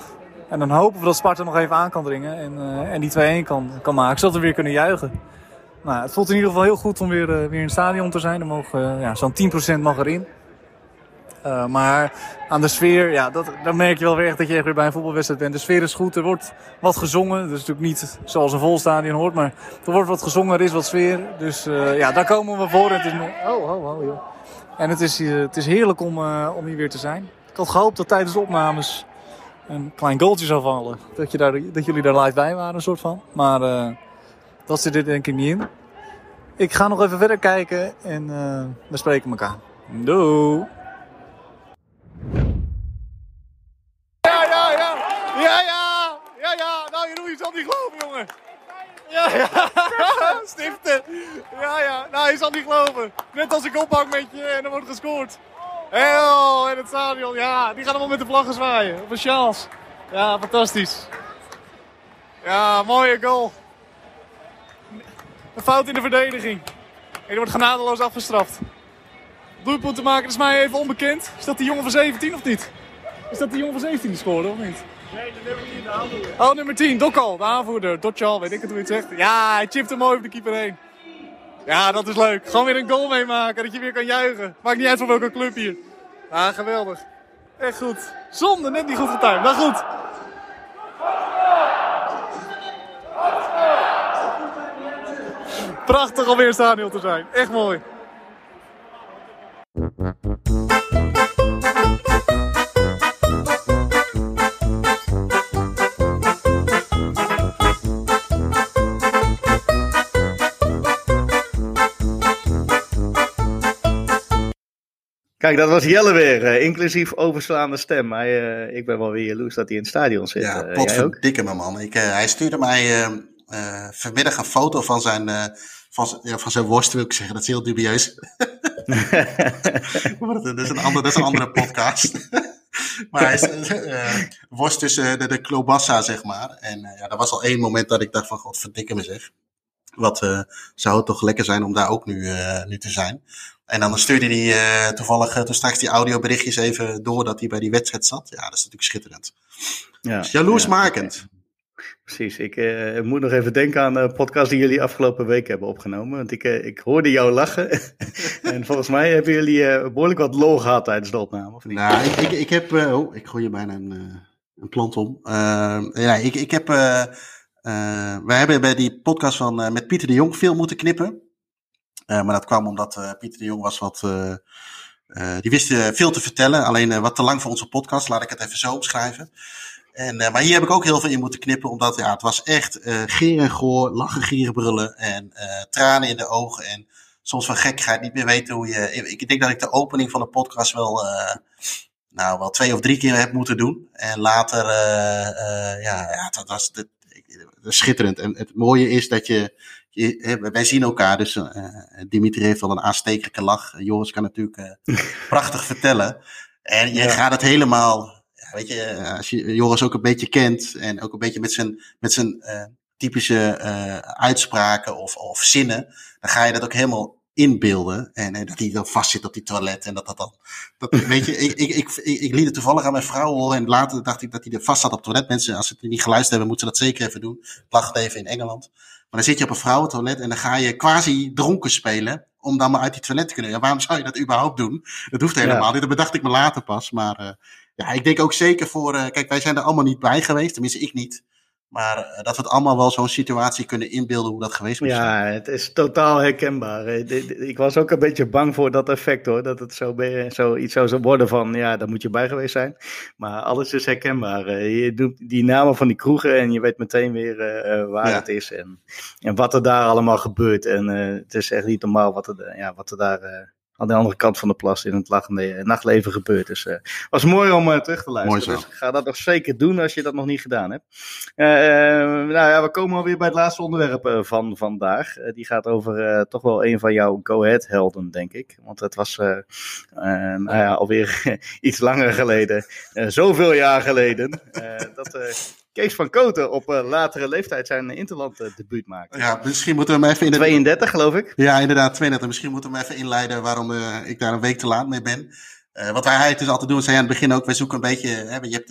En dan hopen we dat Sparta nog even aan kan dringen en, uh, en die twee-een kan, kan maken, zodat we weer kunnen juichen. Nou, het voelt in ieder geval heel goed om weer, uh, weer in het stadion te zijn. Er mogen, uh, ja, zo'n tien procent mag erin. Uh, maar aan de sfeer, ja, dat, dan merk je wel weer echt dat je echt weer bij een voetbalwedstrijd bent. De sfeer is goed, er wordt wat gezongen. Dat is natuurlijk niet zoals een vol stadion hoort, maar er wordt wat gezongen, er is wat sfeer. Dus uh, ja, daar komen we voor. Het is, oh, oh, oh, joh. En het is, uh, het is heerlijk om, uh, om hier weer te zijn. Ik had gehoopt dat tijdens de opnames een klein goaltje zou vallen. Dat, je daar, dat jullie daar live bij waren, een soort van. Maar uh, dat zit er denk ik niet in. Ik ga nog even verder kijken en uh, we spreken elkaar. Doei! Ja, ja, ja! Ja, ja! Ja, ja! Nou, Jeroen, je zal niet geloven, jongen! Ja, ja! Stiften! Ja, ja! Nou, je zal niet geloven! Net als ik ophang met je en er wordt gescoord. Heel, in het stadion, ja! Die gaan allemaal met de vlaggen zwaaien. Op een chance. Ja, fantastisch. Ja, mooie goal. Een fout in de verdediging. En die wordt genadeloos afgestraft. Doelpunt te maken is mij even onbekend. Is dat die jongen van zeventien of niet? Is dat die jongen van zeventien die scoorde of niet? Nee, de nummer tien, de aanvoerder. Oh, nummer tien, Dokal, de aanvoerder. Dotjal, weet ik het hoe je het zegt. Ja, hij chipt hem mooi over de keeper heen. Ja, dat is leuk. Gewoon weer een goal meemaken, dat je weer kan juichen. Maakt niet uit van welke club hier. Ah, geweldig. Echt goed. Zonde, net niet goed getimed, maar goed. Prachtig om weer in het stadion te zijn. Echt mooi. Kijk, dat was Jelle weer, uh, inclusief overslaande stem. Hij, uh, ik ben wel weer jaloers dat hij in het stadion zit. Ja, uh, potverdikke me man. Ik, uh, hij stuurde mij uh, uh, vanmiddag een foto van zijn, uh, van, ja, van zijn worst, wil ik zeggen. Dat is heel dubieus. dat, is een andere, dat is een andere podcast. Maar hij is uh, worst tussen de, de klobassa, zeg maar. En uh, ja, dat was al één moment dat ik dacht van, god verdikke me zeg. Wat uh, zou het toch lekker zijn om daar ook nu, uh, nu te zijn. En dan stuurde hij uh, toevallig uh, toen straks die audioberichtjes even door dat hij bij die wedstrijd zat. Ja, dat is natuurlijk schitterend. Ja, dus jaloersmakend. Ja, precies. Ik uh, moet nog even denken aan de podcast die jullie afgelopen week hebben opgenomen. Want ik, uh, ik hoorde jou lachen. En volgens mij hebben jullie uh, behoorlijk wat lol gehad tijdens de opname. Of niet? Nou, ik, ik, ik heb... Uh, oh, ik gooi je bijna een, uh, een plant om. Uh, ja, ik, ik heb... Uh, uh, wij hebben bij die podcast van uh, met Pieter de Jong veel moeten knippen. Uh, maar dat kwam omdat uh, Pieter de Jong was wat... Uh, uh, die wist uh, veel te vertellen. Alleen uh, wat te lang voor onze podcast. Laat ik het even zo omschrijven. En, uh, maar hier heb ik ook heel veel in moeten knippen. Omdat ja, het was echt uh, geer en goor. Lachen, gieren, brullen. En uh, tranen in de ogen. En soms van gekkigheid niet meer weten hoe je... Ik, ik denk dat ik de opening van de podcast wel... Uh, nou, wel twee of drie keer heb moeten doen. En later... Uh, uh, ja, ja, dat was... Dat, dat is schitterend. En het mooie is dat je... Je, wij zien elkaar, dus uh, Dimitri heeft wel een aanstekelijke lach. Joris kan natuurlijk uh, prachtig vertellen. En je ja. gaat het helemaal, ja, weet je, als je Joris ook een beetje kent en ook een beetje met zijn, met zijn uh, typische uh, uitspraken of, of zinnen, dan ga je dat ook helemaal inbeelden. En, en dat hij dan vast zit op die toilet en dat dat dan, dat, weet je, ik, ik, ik, ik, ik liet het toevallig aan mijn vrouw horen en later dacht ik dat hij er vast zat op het toilet. Mensen, als ze het niet geluisterd hebben, moeten ze dat zeker even doen. Ik lag het even in Engeland. Maar dan zit je op een vrouwentoilet en dan ga je quasi dronken spelen om dan maar uit die toilet te kunnen. Ja, waarom zou je dat überhaupt doen? Dat hoeft helemaal ja. niet. Dat bedacht ik me later pas. Maar uh, ja, ik denk ook zeker voor... Uh, kijk, wij zijn er allemaal niet bij geweest. Tenminste, ik niet. Maar uh, dat we het allemaal wel zo'n situatie kunnen inbeelden hoe dat geweest moet zijn. Ja, het is totaal herkenbaar. Ik was ook een beetje bang voor dat effect hoor. Dat het zo, zo iets zou worden van, ja, daar moet je bij geweest zijn. Maar alles is herkenbaar. Je doet die namen van die kroegen en je weet meteen weer uh, waar ja. het is. En, en wat er daar allemaal gebeurt. En uh, het is echt niet normaal wat er, ja, wat er daar... Uh, aan de andere kant van de plas in het lachende nachtleven gebeurt. Dus het uh, was mooi om uh, terug te luisteren. Dus ga dat nog zeker doen als je dat nog niet gedaan hebt. Uh, uh, nou ja, we komen alweer bij het laatste onderwerp uh, van vandaag. Uh, die gaat over uh, toch wel een van jouw Go-Ahead helden, denk ik. Want het was uh, uh, nou ja, alweer iets langer geleden. Uh, zoveel jaar geleden. Uh, dat... Uh, Kees van Koten op uh, latere leeftijd zijn Interland uh, debuut maakte. Ja, misschien moeten we hem even... In de... tweeëndertig, geloof ik. Ja, inderdaad, tweeëndertig. Misschien moeten we hem even inleiden waarom uh, ik daar een week te laat mee ben. Uh, wat wij eigenlijk dus altijd doen, zei aan het begin ook, wij zoeken een beetje... Hè, je hebt de,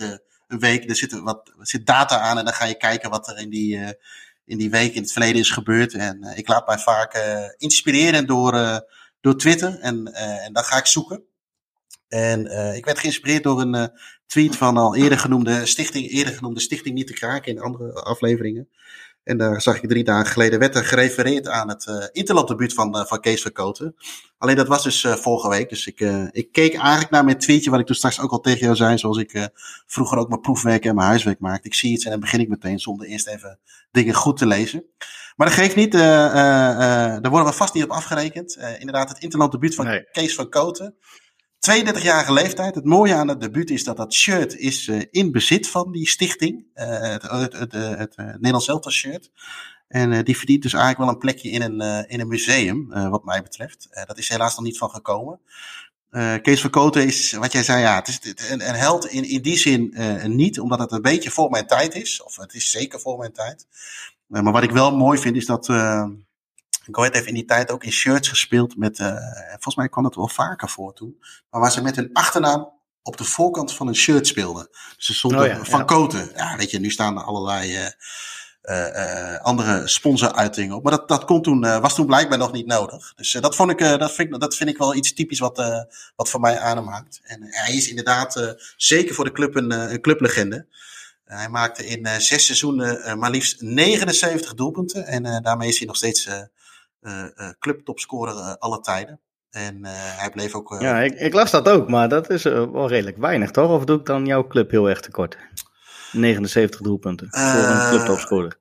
een week. Er zit, wat, er zit data aan en dan ga je kijken wat er in die, uh, in die week in het verleden is gebeurd. En uh, ik laat mij vaak uh, inspireren door, uh, door Twitter en, uh, en dan ga ik zoeken. En uh, ik werd geïnspireerd door een uh, tweet van al eerder genoemde stichting, eerder genoemde stichting Niet te Kraken in andere afleveringen. En daar zag ik drie dagen geleden, werd er gerefereerd aan het uh, interlanddebuut van, uh, van Kees Verkoten. Alleen dat was dus uh, vorige week. Dus ik, uh, ik keek eigenlijk naar mijn tweetje, wat ik toen straks ook al tegen jou zei, zoals ik uh, vroeger ook mijn proefwerk en mijn huiswerk maakte. Ik zie iets en dan begin ik meteen zonder eerst even dingen goed te lezen. Maar dat geeft niet, uh, uh, uh, daar worden we vast niet op afgerekend. Uh, inderdaad, het interlanddebuut van nee. Kees Verkoten. tweeëndertigjarige leeftijd. Het mooie aan het debuut is dat dat shirt is uh, in bezit van die stichting. Uh, het het, het, het, het uh, Nederlands Elftal shirt. En uh, die verdient dus eigenlijk wel een plekje in een, uh, in een museum, uh, wat mij betreft. Uh, dat is helaas nog niet van gekomen. Uh, Kees Verkoten is, wat jij zei, ja, het is een, een held in, in die zin uh, niet, omdat het een beetje voor mijn tijd is. Of het is zeker voor mijn tijd. Uh, maar wat ik wel mooi vind is dat... Uh, Go Ahead heeft in die tijd ook in shirts gespeeld met, uh, volgens mij kwam dat wel vaker voor toen, maar waar ze met hun achternaam op de voorkant van een shirt speelden. Dus ze stonden oh ja, van ja. Koten. Ja, weet je, nu staan er allerlei uh, uh, uh, andere sponsoruitingen op. Maar dat, dat kon toen, uh, was toen blijkbaar nog niet nodig. Dus uh, dat, vond ik, uh, dat, vind ik, dat vind ik wel iets typisch wat, uh, wat voor mij ademhaakt. En uh, hij is inderdaad uh, zeker voor de club een, uh, een clublegende. Uh, hij maakte in uh, zes seizoenen uh, maar liefst negenenzeventig doelpunten. En uh, daarmee is hij nog steeds... Uh, Uh, uh, clubtopscorer uh, alle tijden. En uh, hij bleef ook... Uh, ja, ik, ik las dat ook, maar dat is uh, wel redelijk weinig, toch? Of doe ik dan jouw club heel erg tekort? negenenzeventig doelpunten uh, voor een clubtopscorer.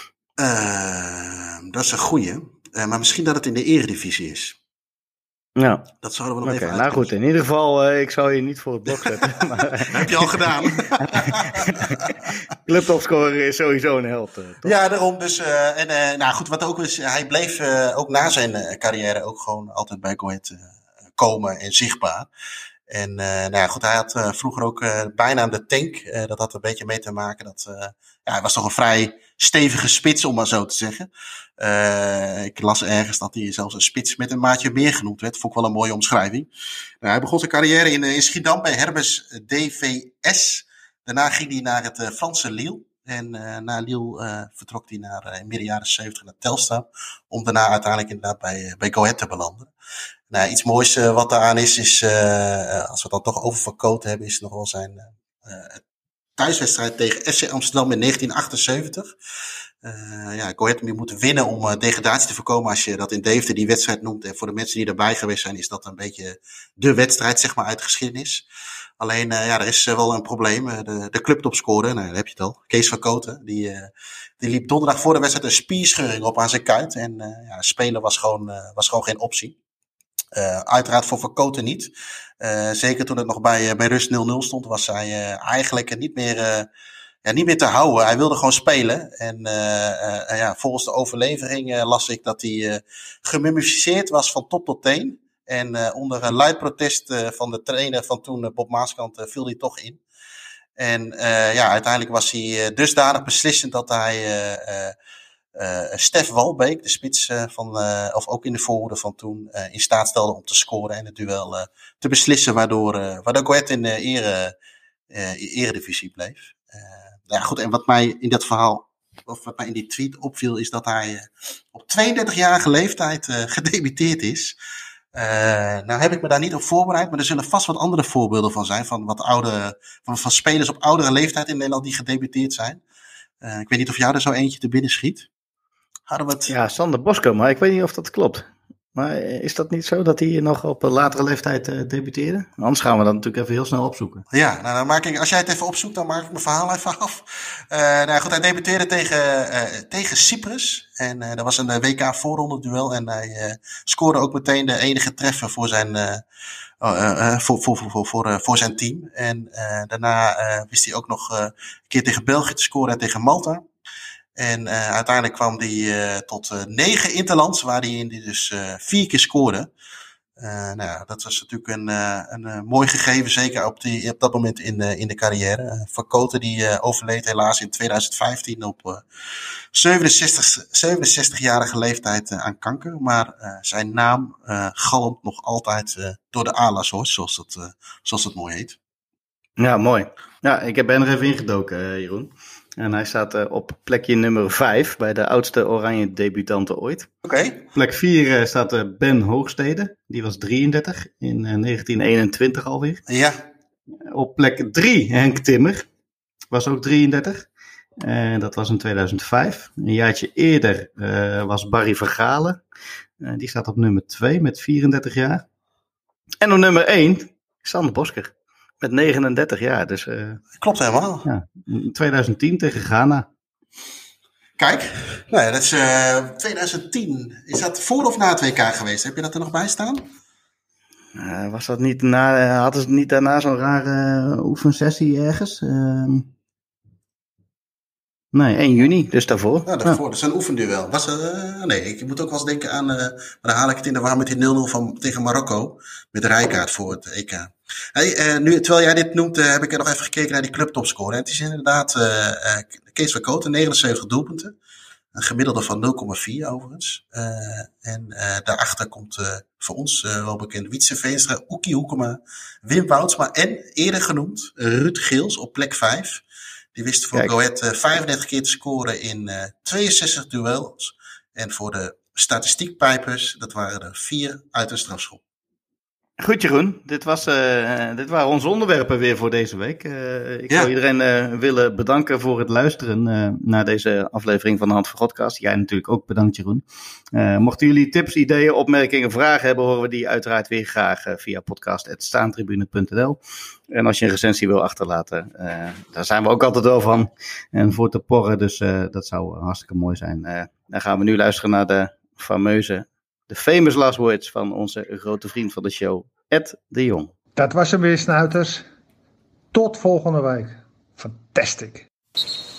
Uh, dat is een goeie. Uh, maar misschien dat het in de eredivisie is. Ja. Dat zouden we nog okay, even nou goed, in ieder geval, uh, ik zou je niet voor het blok zetten. Maar, heb je al gedaan. Clubtopscorer is sowieso een held. Uh, toch? Ja, daarom. Dus, uh, en, uh, nou goed, wat ook is, hij bleef uh, ook na zijn uh, carrière ook gewoon altijd bij Go Ahead uh, komen en zichtbaar. En uh, nou ja, goed, hij had uh, vroeger ook uh, bijnaam de Tank. Uh, dat had een beetje mee te maken dat uh, ja, hij was toch een vrij stevige spits, om maar zo te zeggen. Uh, ik las ergens dat hij zelfs een spits met een maatje meer genoemd werd. Vond ik wel een mooie omschrijving. Nou, hij begon zijn carrière in, in Schiedam bij Hermes D V S. Daarna ging hij naar het uh, Franse Lille. En uh, na Lille uh, vertrok hij naar, uh, in midden jaren zeventig naar Telstar. Om daarna uiteindelijk inderdaad bij, uh, bij Go Ahead te belanden. Nou, iets moois uh, wat daaraan is, is uh, als we het dan toch over Verkoten hebben, is nog wel zijn uh, thuiswedstrijd tegen F C Amsterdam in negentien achtenzeventig. Uh, ja, Go Ahead moet winnen om uh, degradatie te voorkomen. Als je dat in Deventer die wedstrijd noemt. En voor de mensen die erbij geweest zijn, is dat een beetje de wedstrijd, zeg maar, uit de geschiedenis. Alleen, uh, ja, er is uh, wel een probleem. Uh, de, de clubtopscorer, nou, daar heb je het al. Kees Verkoten, die, uh, die liep donderdag voor de wedstrijd een spierscheuring op aan zijn kuit. En uh, ja, spelen was gewoon, uh, was gewoon geen optie. Uh, uiteraard voor Verkoten niet. Uh, zeker toen het nog bij, uh, bij rust nul nul stond, was hij uh, eigenlijk niet meer, uh, ja, niet meer te houden. Hij wilde gewoon spelen. En uh, uh, ja, volgens de overlevering uh, las ik dat hij uh, gemummificeerd was van top tot teen. En uh, onder een luid protest uh, van de trainer van toen, uh, Bob Maaskant, uh, viel hij toch in. En uh, ja, uiteindelijk was hij uh, dusdanig beslissend dat hij uh, uh, uh, Stef Walbeek, de spits uh, van, uh, of ook in de voorhoede van toen, uh, in staat stelde om te scoren en het duel uh, te beslissen, waardoor, uh, waardoor Go Ahead in de ere, uh, eredivisie bleef. Uh, nou ja, goed, en wat mij in dat verhaal, of wat mij in die tweet opviel, is dat hij uh, op tweeëndertigjarige leeftijd uh, gedebuteerd is. Uh, nou heb ik me daar niet op voorbereid, maar er zullen vast wat andere voorbeelden van zijn, van wat oude, van, van spelers op oudere leeftijd in Nederland die gedebuteerd zijn. Uh, ik weet niet of jou er zo eentje te binnen schiet. Hadden we het... Ja, Sander Bosko, maar ik weet niet of dat klopt. Maar is dat niet zo dat hij nog op een latere leeftijd uh, debuteerde? Anders gaan we dat natuurlijk even heel snel opzoeken. Ja, nou dan maak ik, als jij het even opzoekt, dan maak ik mijn verhaal even af. Uh, nou goed, hij debuteerde tegen, uh, tegen Cyprus. En uh, dat was een W K voorronde duel. En hij uh, scoorde ook meteen de enige treffer voor zijn, uh, uh, uh, voor, voor, voor, voor, voor, uh, voor zijn team. En uh, daarna uh, wist hij ook nog uh, een keer tegen België te scoren en tegen Malta. En uh, uiteindelijk kwam hij uh, tot uh, negen interlands, waar hij in die dus uh, vier keer scoorde. Uh, nou ja, dat was natuurlijk een, uh, een uh, mooi gegeven, zeker op, die, op dat moment in, uh, in de carrière. Uh, Verkoten die uh, overleed helaas in twintig vijftien op uh, zevenenzestig, zevenenzestigjarige leeftijd uh, aan kanker. Maar uh, zijn naam uh, galmt nog altijd uh, door de Ala's, hoor, zoals dat, uh, zoals dat mooi heet. Ja, mooi. Ja, ik ben er even ingedoken, uh, Jeroen. En hij staat uh, op plekje nummer vijf bij de oudste oranje debutanten ooit. Oké. Okay. Plek vier uh, staat uh, Ben Hoogstede. Die was drieëndertig in uh, negentien eenentwintig alweer. Ja. Op plek drie Henk Timmer. Was ook drieëndertig. En dat was in tweeduizend vijf. Een jaartje eerder uh, was Barry Vergalen. Uh, die staat op nummer twee met vierendertig jaar. En op nummer één Sander Bosker. Met negenendertig jaar. Dus, uh, Klopt helemaal. Ja, in tweeduizend tien tegen Ghana. Kijk, nou ja, dat is uh, tweeduizend tien. Is dat voor of na het W K geweest? Heb je dat er nog bij staan? Uh, was dat niet na, uh, hadden ze niet daarna zo'n rare uh, oefensessie ergens? Uh, nee, één juni, dus daarvoor. Ja, daarvoor. Ja. Dat is een oefenduel. Was er, uh, nee, ik moet ook wel eens denken aan, uh, maar dan haal ik het in de war met die nul nul van, tegen Marokko. Met de rijkaart voor het E K. Hey, uh, nu, terwijl jij dit noemt, uh, heb ik er nog even gekeken naar die clubtopscore. En het is inderdaad uh, uh, Kees Verkoten, negenenzeventig doelpunten. Een gemiddelde van nul komma vier overigens. Uh, en uh, daarachter komt uh, voor ons uh, wel bekend Wietse Veenstra, Oekie Hoekema, Wim Woudsma en eerder genoemd Ruud Geels op plek vijf. Die wist voor Go Ahead uh, vijfendertig keer te scoren in uh, tweeënzestig duels. En voor de statistiekpijpers, dat waren er vier uit een strafschop. Goed Jeroen, dit, was, uh, dit waren onze onderwerpen weer voor deze week. Uh, ik ja. zou iedereen uh, willen bedanken voor het luisteren uh, naar deze aflevering van de Hand van Godcast. Jij natuurlijk ook bedankt Jeroen. Uh, mochten jullie tips, ideeën, opmerkingen, vragen hebben, horen we die uiteraard weer graag uh, via podcast punt staantribune punt n l. En als je een recensie wil achterlaten, uh, daar zijn we ook altijd wel van. En voor te porren, dus uh, dat zou hartstikke mooi zijn. Uh, dan gaan we nu luisteren naar de fameuze... De famous last words van onze grote vriend van de show, Ed de Jong. Dat was hem weer, snuiters. Tot volgende week. Fantastic.